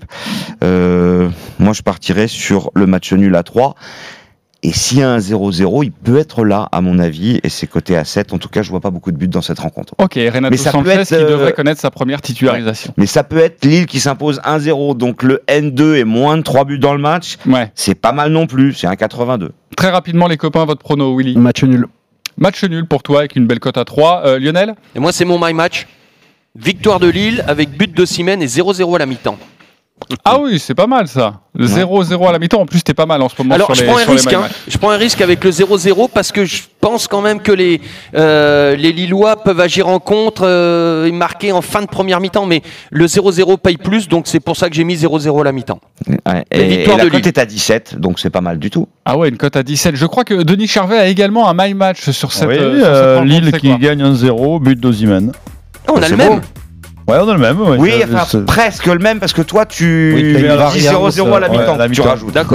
Moi je partirais sur le match nul à 3. Et s'il y a un 0-0, il peut être là, à mon avis, et c'est coté à 7. En tout cas, je vois pas beaucoup de buts dans cette rencontre. Ok, Renato Sanchez qui devrait connaître sa première titularisation. Mais ça peut être Lille qui s'impose 1-0, donc le N2 est moins de 3 buts dans le match. Ouais. C'est pas mal non plus, c'est un 82. Très rapidement, les copains, votre prono, Willy? Match nul. Match nul pour toi, avec une belle cote à 3. Lionel? Et moi, c'est mon My Match. Victoire de Lille avec but d'Osimhen et 0-0 à la mi-temps. Ah oui, c'est pas mal ça. Le 0-0 à la mi-temps, en plus, t'es pas mal en ce moment. Alors, sur je prends un risque avec le 0-0 parce que je pense quand même que les Lillois peuvent agir en contre et marquer en fin de première mi-temps, mais le 0-0 paye plus, donc c'est pour ça que j'ai mis 0-0 à la mi-temps. Ouais, et la cote est à 17, donc c'est pas mal du tout. Ah ouais, une cote à 17. Je crois que Denis Charvet a également un My Match sur cette, oui, sur cette Lille qui gagne 1-0, but d'Osimhen. On a le même. Ouais, on a le même. Ouais. Oui, enfin, presque le même, parce que toi, tu dis 0-0 à la mi-temps, tu rajoutes. D'accord.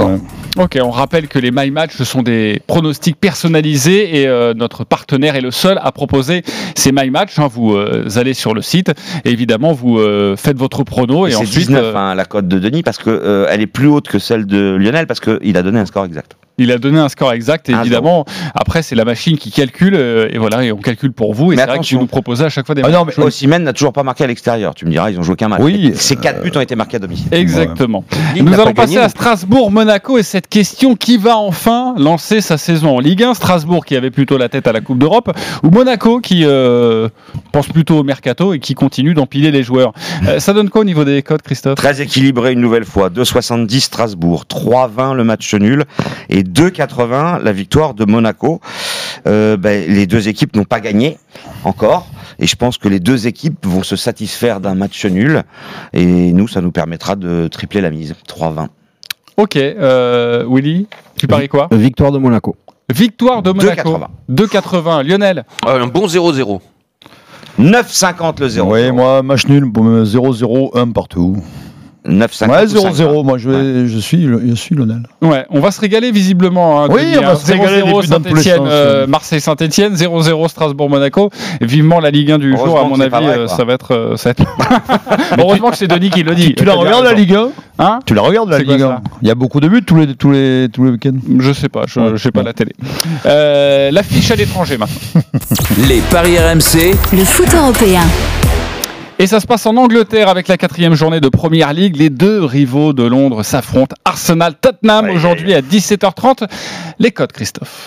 Ok, on rappelle que les My Match, ce sont des pronostics personnalisés et notre partenaire est le seul à proposer ces My Match. Vous allez sur le site et évidemment vous faites votre prono et c'est ensuite 19 la cote de Denis parce que elle est plus haute que celle de Lionel parce qu'il a donné un score exact. Il a donné un score exact et évidemment après c'est la machine qui calcule et voilà, et on calcule pour vous et mais c'est vrai que tu nous proposez à chaque fois des matchs. Non, mais Osimhen n'a toujours pas marqué à l'extérieur. Tu me diras, ils ont joué qu'un match. Oui, ces 4 buts ont été marqués à domicile. Exactement. Ouais. Nous allons passer à Strasbourg-Monaco et cette question, qui va enfin lancer sa saison en Ligue 1? Strasbourg qui avait plutôt la tête à la Coupe d'Europe ou Monaco qui pense plutôt au mercato et qui continue d'empiler les joueurs. Ça donne quoi au niveau des codes, Christophe? Très équilibré une nouvelle fois. 2,70 Strasbourg, 3,20 le match nul et 2,80 la victoire de Monaco. Les deux équipes n'ont pas gagné encore et je pense que les deux équipes vont se satisfaire d'un match nul et nous, ça nous permettra de tripler la mise. 3,20. Ok, Willy, tu paries quoi? Victoire de Monaco. Victoire de Monaco. 2,80. Lionel? Un bon 0-0. 9,50 le 0. Oui, moi, match nul, 0-0, 1 partout. 9,50. Ouais, 0-0, moi je suis Lionel. Ouais, on va se régaler visiblement. Oui, on va se régaler. 0-0 Saint-Etienne, Marseille-Saint-Etienne, 0-0 Strasbourg-Monaco. Vivement la Ligue 1 du jour, à mon avis, ça va être. Heureusement que c'est Denis qui le dit. Tu la regardes la Ligue 1 hein? Tu la regardes la Ligue 1? Il y a beaucoup de buts tous les week-ends. Je sais pas, je n'ai pas la télé. L'affiche à l'étranger maintenant. Les paris RMC. Le foot européen. Et ça se passe en Angleterre avec la 4e journée de Première Ligue. Les deux rivaux de Londres s'affrontent. Arsenal-Tottenham aujourd'hui à 17h30. Les codes, Christophe?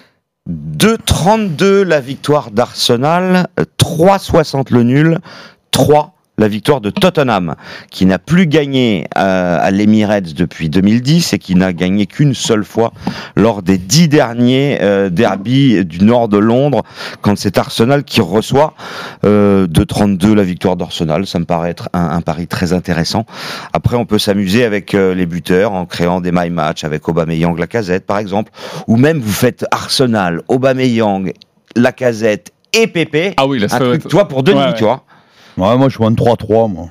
2,32 la victoire d'Arsenal, 3,60 le nul, 3 la victoire de Tottenham, qui n'a plus gagné à l'Emirates depuis 2010 et qui n'a gagné qu'une seule fois lors des 10 derniers derbies du nord de Londres, quand c'est Arsenal qui reçoit. 2,32 la victoire d'Arsenal, ça me paraît être un pari très intéressant. Après, on peut s'amuser avec les buteurs en créant des my match avec Aubameyang, Lacazette par exemple, ou même vous faites Arsenal, Aubameyang, Lacazette et Pépé. Ah oui, là, un truc, toi pour Denis, tu vois. Ouais, moi je suis en 3-3, moi.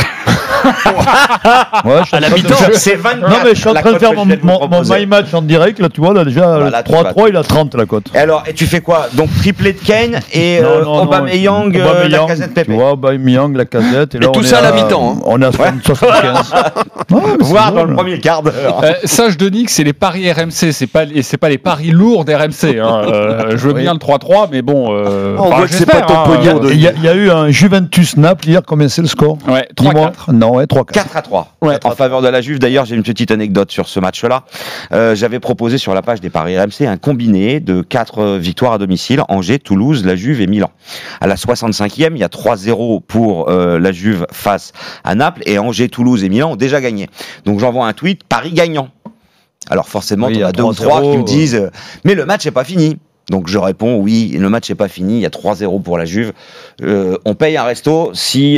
Ouais, à la mi-temps, c'est 24. Non, mais je suis en train de faire mon my match en direct, là, tu vois, là, déjà, voilà, 3-3, il a 30 la cote. Et alors, et tu fais quoi? Donc, triplé de Kane et Aubameyang, Lacazette, Pépé. Tu vois, Aubameyang, Lacazette. Et là, tout ça à la mi-temps. Hein. On est à 75. Voire dans le premier quart d'heure. Sache, Denis, que c'est les paris RMC, c'est pas les paris lourds d'RMC. Hein. Je veux bien le 3-3, mais bon. On voit que c'est pas ton pognon. Il y a eu un Juventus-Naples hier, combien c'est le score? Ouais, 3-4. Non, ouais, 3-4. 4-3. Ouais. En faveur de la Juve. D'ailleurs, j'ai une petite anecdote sur ce match-là. J'avais proposé sur la page des paris RMC un combiné de 4 victoires à domicile: Angers, Toulouse, la Juve et Milan. À la 65e, il y a 3-0 pour la Juve face à Naples, et Angers, Toulouse et Milan ont déjà gagné. Donc j'envoie un tweet: paris gagnant. Alors forcément, il y a 2 ou 3 qui me disent mais le match n'est pas fini. Donc je réponds oui, le match n'est pas fini, il y a 3-0 pour la Juve. On paye un resto si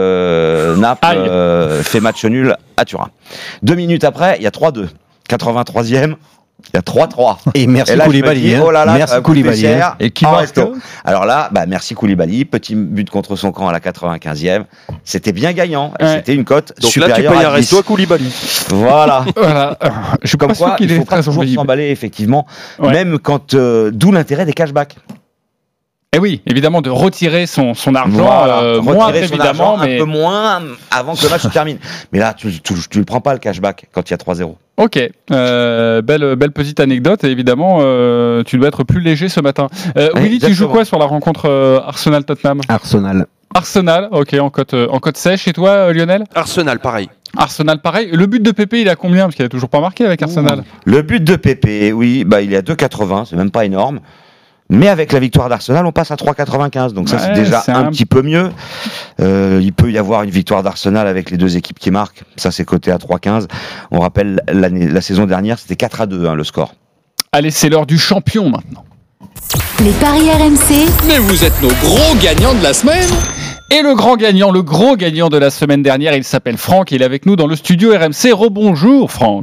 Naples fait match nul à Turin. 2 minutes après, il y a 3-2. 83e, il y a 3-3. Et merci Koulibaly. Oh là là, merci Koulibaly. Et qui marque? Alors là, merci Koulibaly, petit but contre son camp à la 95e. C'était bien gagnant. Ouais. C'était une cote supérieure. Donc là, tu payes un resto à Koulibaly. Voilà. Je suis comme pas sûr qu'il est très toujours s'emballer, effectivement. Ouais. Même quand, d'où l'intérêt des cashbacks. Et oui, évidemment, de retirer son argent, moins évidemment, mais un peu moins avant que le match se termine. Mais là, tu le prends pas le cashback quand il y a 3-0. Ok, belle petite anecdote. Et évidemment, tu dois être plus léger ce matin. Willy, tu joues quoi sur la rencontre Arsenal-Tottenham? Arsenal, ok, en cote sèche. Et toi, Lionel? Arsenal, pareil. Arsenal, pareil. Le but de Pépé, il a combien? Parce qu'il a toujours pas marqué avec Arsenal. Le but de Pépé, oui, il est à 2,80, c'est même pas énorme. Mais avec la victoire d'Arsenal, on passe à 3,95. Donc ça, c'est déjà un petit peu mieux. Il peut y avoir une victoire d'Arsenal avec les deux équipes qui marquent. Ça, c'est coté à 3,15. On rappelle, la saison dernière, c'était 4-2 le score. Allez, c'est l'heure du champion maintenant. Les paris RMC. Mais vous êtes nos gros gagnants de la semaine. Et le gros gagnant de la semaine dernière, il s'appelle Franck. Il est avec nous dans le studio RMC. Rebonjour Franck.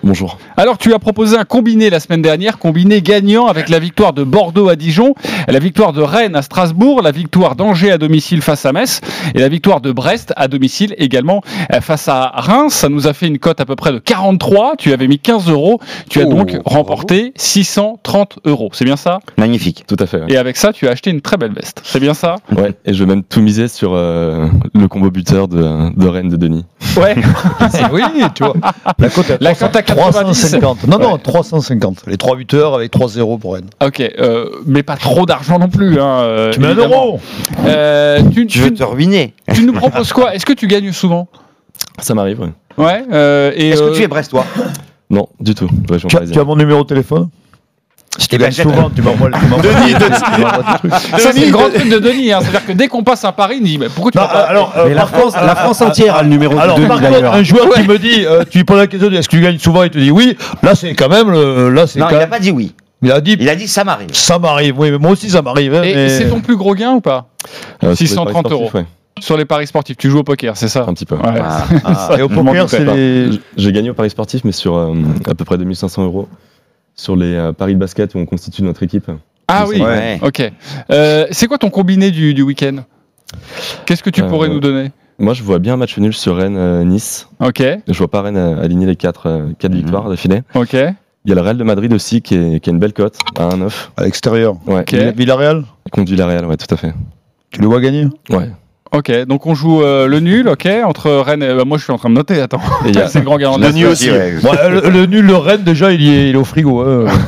Bonjour. Alors, tu as proposé un combiné la semaine dernière, combiné gagnant avec la victoire de Bordeaux à Dijon, la victoire de Rennes à Strasbourg, la victoire d'Angers à domicile face à Metz et la victoire de Brest à domicile également face à Reims. Ça nous a fait une cote à peu près de 43. Tu avais mis 15 €. Tu as donc remporté 630 €. C'est bien ça ? Magnifique. Tout à fait. Ouais. Et avec ça, tu as acheté une très belle veste. C'est bien ça ? Ouais, et je vais même tout miser sur le combo buteur de Rennes de Denis. Ouais. Oui, tu vois. La cote à 350. Non, 350. Les 3 buteurs avec 3-0 pour Rennes. Ok, mais pas trop d'argent non plus. Tu mets 1 €. Tu veux te ruiner. Tu nous proposes quoi ? Est-ce que tu gagnes souvent ? Ça m'arrive, ouais. Ouais. Est-ce que tu es brestois ? Non, du tout. Tu as mon numéro de téléphone ? Si tu gagnes souvent, tu m'envoies le truc. Ça, c'est le grand truc de Denis. C'est-à-dire que dès qu'on passe à Paris, il dit mais pourquoi tu vas pas... Mais la France entière a le numéro de Denis. Par contre, un joueur qui me dit, tu lui poses la question, est-ce que tu gagnes souvent ? Il te dit oui. Là, c'est quand même. Non, il n'a pas dit oui. Il a dit ça m'arrive. Ça m'arrive, oui, mais moi aussi ça m'arrive. Et mais... c'est ton plus gros gain ou pas ? 630 €. Ouais. Sur les paris sportifs, tu joues au poker, c'est ça ? Un petit peu. Ouais. Et au poker, c'est les... J'ai gagné au paris sportif, mais sur à peu près 2500 € sur les paris de basket où on constitue notre équipe. Ah oui, ouais. Ok. C'est quoi ton combiné du week-end ? Qu'est-ce que tu pourrais nous donner ? Moi, je vois bien un match nul sur Rennes-Nice. Ok. Je vois pas Rennes aligner les 4 victoires d'affilée. Ok. Il y a le Real de Madrid aussi qui a une belle cote à 1,9. À l'extérieur. Ouais. Okay. Villarreal ? Contre Villarreal, ouais, tout à fait. Tu le vois gagner ? Ouais. Ok, donc on joue le nul, ok, entre Rennes et... moi je suis en train de noter, attends. C'est le grand gagnant. Le nul aussi. Ouais. Bon, le nul, le Rennes, déjà, il est au frigo.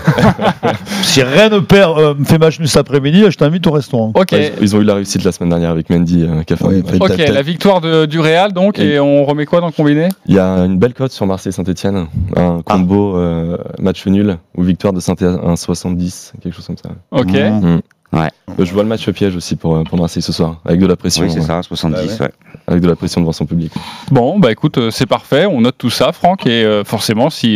Si Rennes fait match nul cet après-midi, je t'invite au restaurant. Ok. Ouais, ils ont eu la réussite la semaine dernière avec Mendy. Ok, la victoire du Real donc, et on remet quoi dans le combiné ? Il y a une belle cote sur Marseille-Saint-Etienne, un combo match nul ou victoire de Saint-Etienne 1,70, quelque chose comme ça. Ok. Ouais. Je vois le match piège aussi pour Marseille ce soir, avec de la pression. Oui, c'est ça, 70, ouais. Avec de la pression devant son public. Bon, bah écoute, c'est parfait, on note tout ça, Franck, et forcément, si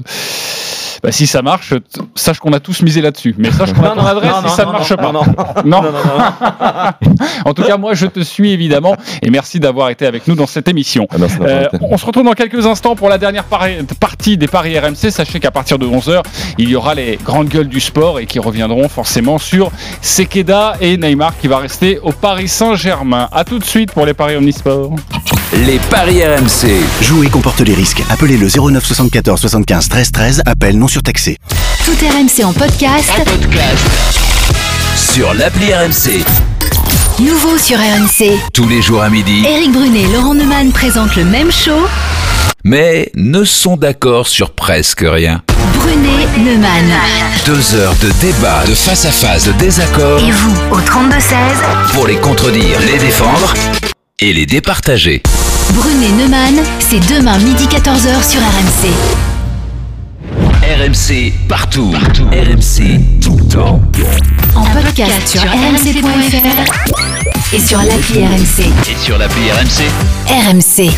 ça marche, sache qu'on a tous misé là-dessus. Mais sache qu'on a ton adresse si ça ne marche pas. Non. En tout cas, moi, je te suis évidemment, et merci d'avoir été avec nous dans cette émission. On se retrouve dans quelques instants pour la dernière partie des paris RMC. Sachez qu'à partir de 11h, il y aura les grandes gueules du sport et qui reviendront forcément sur Sekeda et Neymar qui va rester au Paris Saint-Germain. A tout de suite pour les paris omnisports. Les paris RMC. Jouer comporte les risques. Appelez le 09 74 75 13 13. Appel non surtaxé. Tout RMC en podcast. Sur l'appli RMC. Nouveau sur RMC. Tous les jours à midi. Éric Brunet et Laurent Neumann présentent le même show, mais ne sont d'accord sur presque rien. Brunet Neumann. 2 heures de débat, de face à face, de désaccord. Et vous, au 32-16. Pour les contredire, les défendre et les départager. Brunet Neumann, c'est demain midi 14h sur RMC. RMC partout. RMC tout le temps. En podcast sur rmc.fr et sur l'appli RMC. Et sur l'appli RMC. RMC.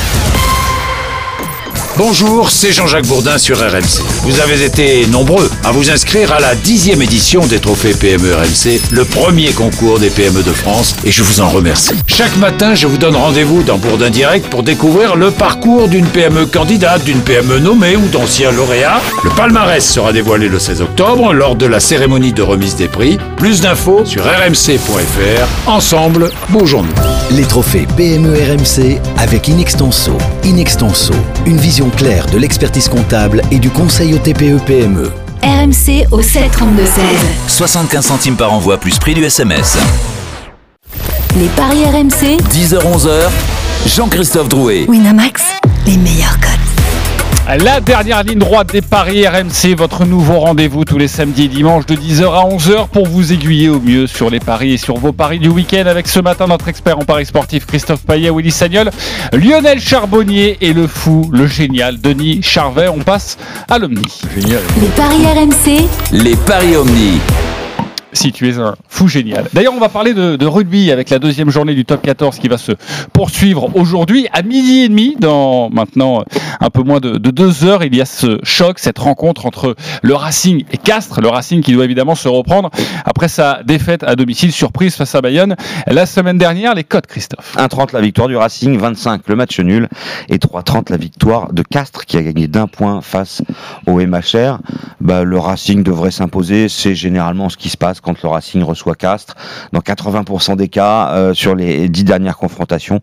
Bonjour, c'est Jean-Jacques Bourdin sur RMC. Vous avez été nombreux à vous inscrire à la 10e édition des trophées PME RMC, le premier concours des PME de France, et je vous en remercie. Chaque matin, je vous donne rendez-vous dans Bourdin Direct pour découvrir le parcours d'une PME candidate, d'une PME nommée ou d'anciens lauréats. Le palmarès sera dévoilé le 16 octobre lors de la cérémonie de remise des prix. Plus d'infos sur rmc.fr. Ensemble, bougeons-nous. Les trophées PME RMC avec Inextenso. Inextenso, une vision claire de l'expertise comptable et du conseil au TPE-PME. RMC au 7 32 16. 75 centimes par envoi plus prix du SMS. Les paris RMC. 10h-11h, Jean-Christophe Drouet. Winamax, les meilleurs codes. La dernière ligne droite des paris RMC, votre nouveau rendez-vous tous les samedis et dimanches de 10h à 11h pour vous aiguiller au mieux sur les paris et sur vos paris du week-end avec ce matin notre expert en paris sportif Christophe Payet, Willy Sagnol, Lionel Charbonnier et le fou, le génial Denis Charvet. On passe à l'Omni. Les paris RMC. Les paris Omni. Si tu es un fou génial. D'ailleurs, on va parler de rugby avec la deuxième journée du top 14 qui va se poursuivre aujourd'hui à 12h30. Dans maintenant un peu moins de 2 heures, il y a ce choc, cette rencontre entre le Racing et Castres. Le Racing qui doit évidemment se reprendre après sa défaite à domicile surprise face à Bayonne la semaine dernière. Les cotes, Christophe. 1,30 la victoire du Racing, 25 le match nul et 3,30 la victoire de Castres qui a gagné d'1 point face au MHR. Le Racing devrait s'imposer, c'est généralement ce qui se passe quand le Racing reçoit Castres, dans 80% des cas sur les 10 dernières confrontations.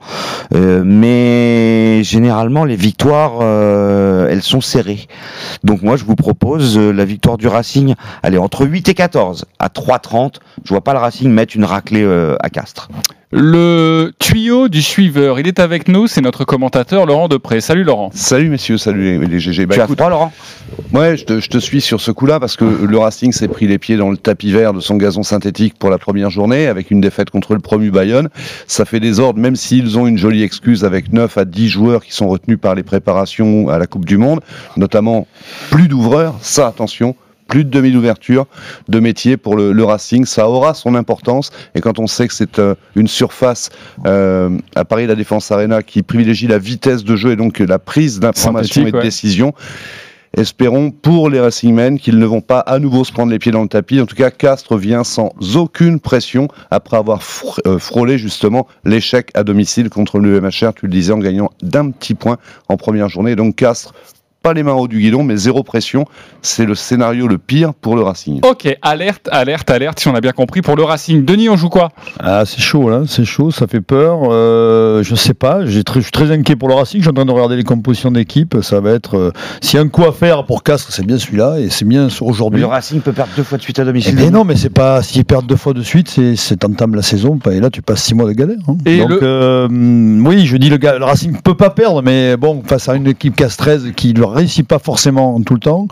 Mais généralement les victoires, elles sont serrées. Donc moi je vous propose la victoire du Racing, allez, entre 8 et 14 à 3,30. Je vois pas le Racing mettre une raclée à Castres. Le tuyau du suiveur, il est avec nous, c'est notre commentateur Laurent Depré. Salut Laurent. Salut messieurs, salut les GG. Tu as froid Laurent ? Ouais, je te suis sur ce coup-là parce que le Racing s'est pris les pieds dans le tapis vert de son gazon synthétique pour la première journée avec une défaite contre le promu Bayonne. Ça fait des ordres, même s'ils ont une jolie excuse avec 9 à 10 joueurs qui sont retenus par les préparations à la Coupe du Monde, notamment plus d'ouvreurs, ça attention. Plus de demi d'ouverture de métier pour le Racing, ça aura son importance. Et quand on sait que c'est une surface à Paris La Défense Arena qui privilégie la vitesse de jeu et donc la prise d'information et de décision, espérons pour les Racingmen qu'ils ne vont pas à nouveau se prendre les pieds dans le tapis. En tout cas, Castres vient sans aucune pression après avoir frôlé justement l'échec à domicile contre le MHR, tu le disais, en gagnant d'1 petit point en première journée. Donc Castres, pas les mains au du guidon, mais zéro pression. C'est le scénario le pire pour le Racing. Ok, alerte, si on a bien compris pour le Racing. Denis, on joue quoi ? Ah, c'est chaud, là, c'est chaud, ça fait peur. Je sais pas, je suis très inquiet pour le Racing. Je suis en train de regarder les compositions d'équipe. Ça va être. S'il y a un coup à faire pour Castres, c'est bien celui-là, et c'est bien aujourd'hui. Mais le Racing peut perdre 2 fois de suite à domicile. Mais non, mais c'est pas. S'ils perdent 2 fois de suite, c'est t'entames la saison, et là, tu passes 6 mois de galère. Hein. Et donc, oui, je dis le Racing peut pas perdre, mais bon, face à une équipe castraise qui leur réussit pas forcément tout le temps.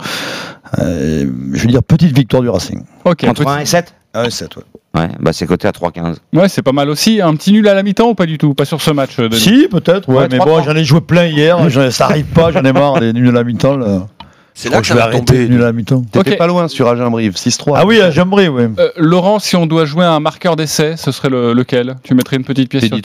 Je veux dire, petite victoire du Racing. Ok. Entre 1 et 7 1 et 7, ouais. Ouais, c'est coté à 3,15. Ouais, c'est pas mal aussi. Un petit nul à la mi-temps ou pas du tout ? Pas sur ce match, Denis ? Si, peut-être, ouais, mais bon, j'en ai joué plein hier. Ça arrive pas, j'en ai marre des nuls à la mi-temps. Là. C'est là que je vais arrêter nul à la mi-temps. T'étais pas loin sur Agen-Brive, 6-3. Ah oui, Agen-Brive, oui. Laurent, si on doit jouer un marqueur d'essai, ce serait lequel ? Tu mettrais une petite pièce sur qui ?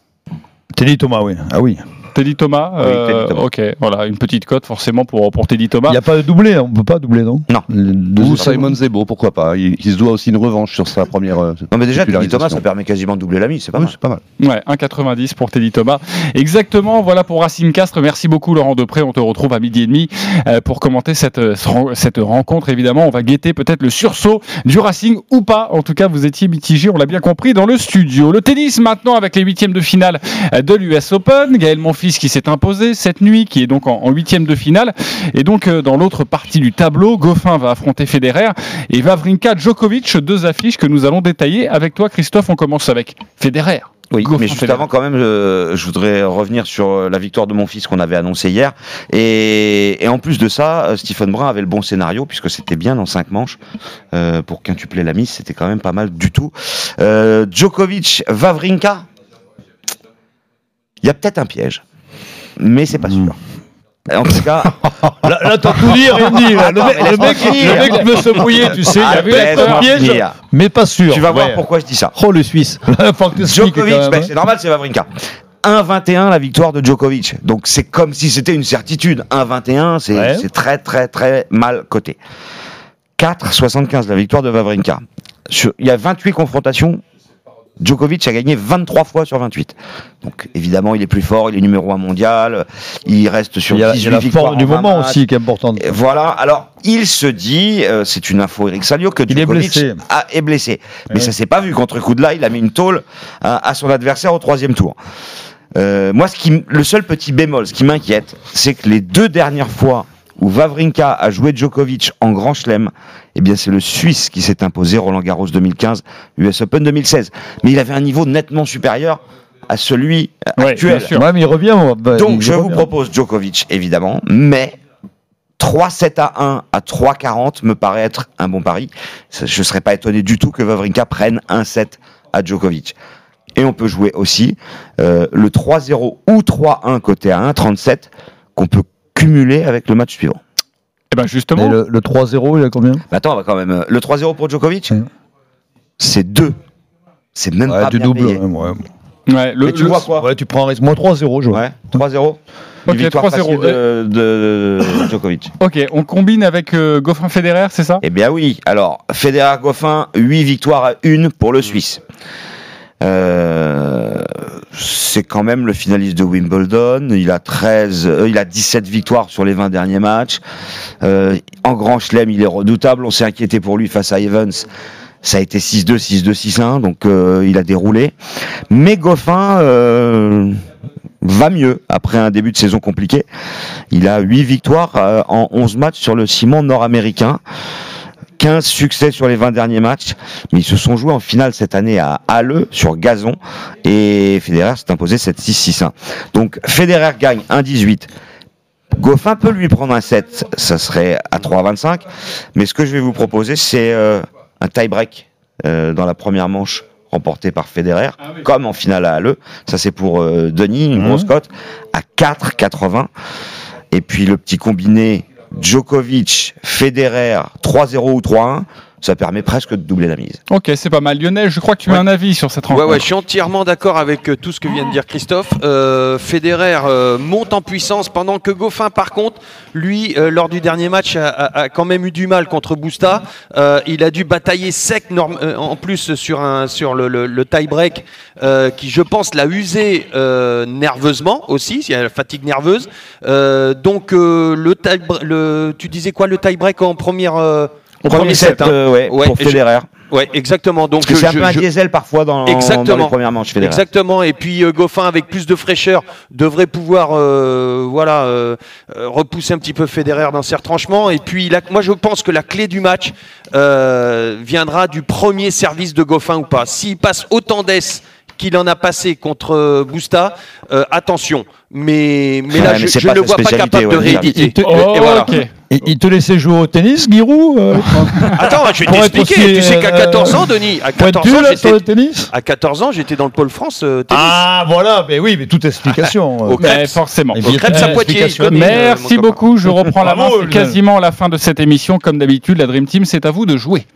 Teddy Thomas, oui. Ah oui. Teddy Thomas, Teddy Thomas. Ok, voilà, une petite cote forcément pour Teddy Thomas. Il n'y a pas de doublé, on ne peut pas doubler, non ? Non. Ou Simon Zebo, pourquoi pas. Il se doit aussi une revanche sur sa première. Non, mais déjà, Teddy Thomas, ça permet quasiment de doubler la mise, c'est pas mal. C'est pas mal. Ouais, 1,90 pour Teddy Thomas. Exactement, voilà pour Racing Castres. Merci beaucoup Laurent Depré, on te retrouve à 12h30 pour commenter cette rencontre. Évidemment, on va guetter peut-être le sursaut du Racing ou pas. En tout cas, vous étiez mitigé, on l'a bien compris, dans le studio. Le tennis maintenant avec les 8e de finale de l'US Open. Gaël Monfils qui s'est imposé cette nuit, qui est donc en 8e de finale. Et donc, dans l'autre partie du tableau, Goffin va affronter Federer et Wawrinka Djokovic, 2 affiches que nous allons détailler avec toi, Christophe. On commence avec Federer. Oui, Goffin, mais juste Federer. avant quand même, je voudrais revenir sur la victoire de mon fils qu'on avait annoncé hier. Et en plus de ça, Stephen Brun avait le bon scénario puisque c'était bien dans 5 manches. Pour quintupler la mise, c'était quand même pas mal du tout. Djokovic, Wawrinka, il y a peut-être un piège, mais c'est pas sûr. En tout cas, là t'as tout dit, rien dit. Le mec veut se mouiller, tu sais. Il y avait un piège, mais pas sûr. Tu vas voir pourquoi je dis ça. Oh, le Suisse. Djokovic, c'est normal, c'est Wawrinka. 1,21 la victoire de Djokovic. Donc c'est comme si c'était une certitude. 1,21, c'est très très très mal coté. 4,75 la victoire de Wawrinka. Il y a 28 confrontations. Djokovic a gagné 23 fois sur 28. Donc évidemment, il est plus fort, il est numéro 1 mondial, il reste sur 18 victoires. Il y a la forme du moment aussi qui est importante. Voilà, alors il se dit, c'est une info Eric Salio, que Djokovic est blessé. Mais ça s'est pas vu contre Kudla, il a mis une tôle à son adversaire au 3e tour. Moi, le seul petit bémol, ce qui m'inquiète, c'est que les 2 dernières fois où Wawrinka a joué Djokovic en Grand Chelem, eh bien c'est le Suisse qui s'est imposé, Roland Garros 2015, US Open 2016. Mais il avait un niveau nettement supérieur à celui actuel. Ouais, mais il revient. Donc je vous propose Djokovic, évidemment, mais 3-7 à 1 à 3,40 me paraît être un bon pari. Je ne serais pas étonné du tout que Wawrinka prenne 1-7 à Djokovic. Et on peut jouer aussi le 3-0 ou 3-1 côté à 1,37 qu'on peut cumuler avec le match suivant. Et ben justement. Et le 3-0, il a combien ? Attends, on va quand même. Le 3-0 pour Djokovic ? c'est 2. C'est même pas du bien double. payé. Ouais, Mais tu vois quoi? Tu prends un risque. Moi, 3-0, je vois. Ouais, 3-0. Ok, Victoire 3-0. facile de Djokovic. Ok, on combine avec Goffin Federer, c'est ça? Eh bien oui. Alors, Federer-Goffin, 8 victoires à 1 pour le Suisse. C'est quand même le finaliste de Wimbledon. Il a 17 victoires sur les 20 derniers matchs. En Grand Chelem, il est redoutable. On s'est inquiété pour lui face à Evans. Ça a été 6-2, 6-2, 6-1. Donc, il a déroulé. Mais Goffin va mieux après un début de saison compliqué. Il a 8 victoires en 11 matchs sur le ciment nord-américain. 15 succès sur les 20 derniers matchs, mais ils se sont joués en finale cette année à Halle sur gazon et Federer s'est imposé 7-6, 6-1. Donc Federer gagne 1-18. Goffin peut lui prendre un 7, ça serait à 3-25, mais ce que je vais vous proposer c'est un tie-break dans la première manche remporté par Federer, comme en finale à Halle. Ça c'est pour Denis, une grosse cote, à 4,80. Et puis le petit combiné Djokovic, Federer, 3-0 ou 3-1, ça permet presque de doubler la mise. Ok, c'est pas mal. Lionel, je crois que tu as un avis sur cette rencontre. Ouais, je suis entièrement d'accord avec tout ce que vient de dire Christophe. Federer monte en puissance pendant que Goffin, par contre, lui, lors du dernier match, a quand même eu du mal contre Busta. Il a dû batailler sec en plus sur le tie-break qui, je pense, l'a usé nerveusement aussi, il y a la fatigue nerveuse. Donc, tu disais quoi, le tie-break en première... Au premier set, pour Federer. Ouais, exactement. Donc c'est un peu un diesel parfois dans les premières manches Federer. Exactement. Et puis Goffin avec plus de fraîcheur devrait pouvoir repousser un petit peu Federer dans ses retranchements. Et puis moi je pense que la clé du match viendra du premier service de Goffin ou pas. S'il passe autant d'ess qu'il en a passé contre Busta, attention. Mais là, je ne le vois pas capable de rééditer. Il te laissait jouer au tennis, Giroud Attends, je vais t'expliquer. Tu sais qu'à 14 ans, Denis, à 14 ans, j'étais dans le pôle France tennis. Ah, voilà, mais oui, mais toute explication. Au Crêpes, forcément. Au Crêpes à Poitiers. Merci beaucoup. Je reprends la main. C'est quasiment la fin de cette émission. Comme d'habitude, la Dream Team, c'est à vous de jouer.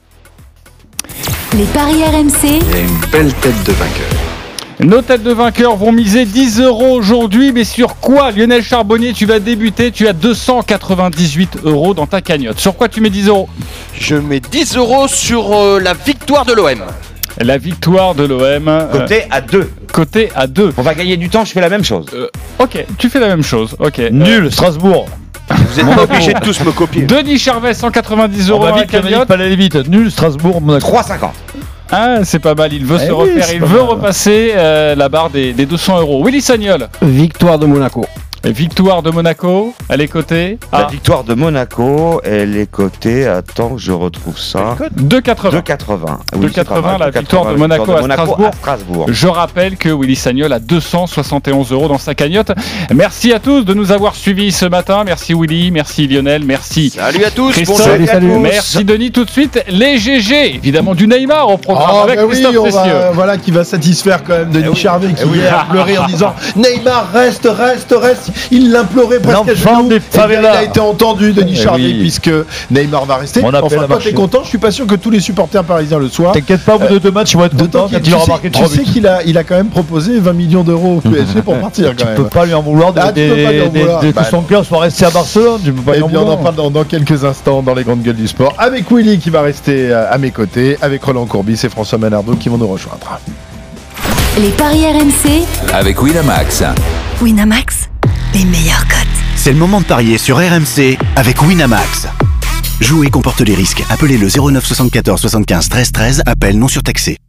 Les paris RMC. Il y a une belle tête de vainqueur. Nos têtes de vainqueurs vont miser 10 € aujourd'hui, mais sur quoi? Lionel Charbonnier, tu vas débuter, tu as 298 € dans ta cagnotte. Sur quoi tu mets 10 €? Je mets 10 € sur la victoire de l'OM. La victoire de l'OM. Côté à 2. Côté à 2. On va gagner du temps, je fais la même chose. Ok, tu fais la même chose. Ok. Nul, Strasbourg. Vous êtes pas obligés de tous me copier. Denis Charvet, 190 € On va dans la vite, cagnotte. pas aller vite. Nul, Strasbourg, Monaco. 3,50. Ah, c'est pas mal, il veut se refaire, il veut repasser la barre des 200 €. Willy Sagnol. Victoire de Monaco. Victoire de Monaco, elle est cotée. La victoire de Monaco, elle est cotée. Attends, je retrouve ça. 2,80. 2,80. 2,80 la victoire de Monaco à Strasbourg. Je rappelle que Willy Sagnol a 271 € dans sa cagnotte. Merci à tous de nous avoir suivis ce matin. Merci Willy, merci Lionel, merci. Salut à tous. Christophe, salut. Merci Denis. Tout de suite, les GG, évidemment du Neymar au programme avec Christophe Cessieux. Voilà qui va satisfaire quand même Denis Charvet qui hier a pleuré en disant Neymar reste. Il l'implorait presque à genoux. Il a été entendu Denis Charvet puisque Neymar va rester. Enfin, toi t'es content. Je suis pas sûr que tous les supporters parisiens le soient. T'inquiète pas, au bout de 2 matchs, ils vont être contents. Tu sais qu'il a quand même proposé 20 millions d'euros au PSG pour partir. Tu peux pas lui en vouloir que son cœur soit resté à Barcelone. Tu peux pas lui en vouloir. On en parle dans quelques instants dans les grandes gueules du sport avec Willy qui va rester à mes côtés, avec Roland Courbis et François Manardo qui vont nous rejoindre. Les paris RMC avec Winamax. Winamax, les meilleures cotes. C'est le moment de parier sur RMC avec Winamax. Jouer comporte les risques. Appelez le 09 74 75 13 13. Appel non surtaxé.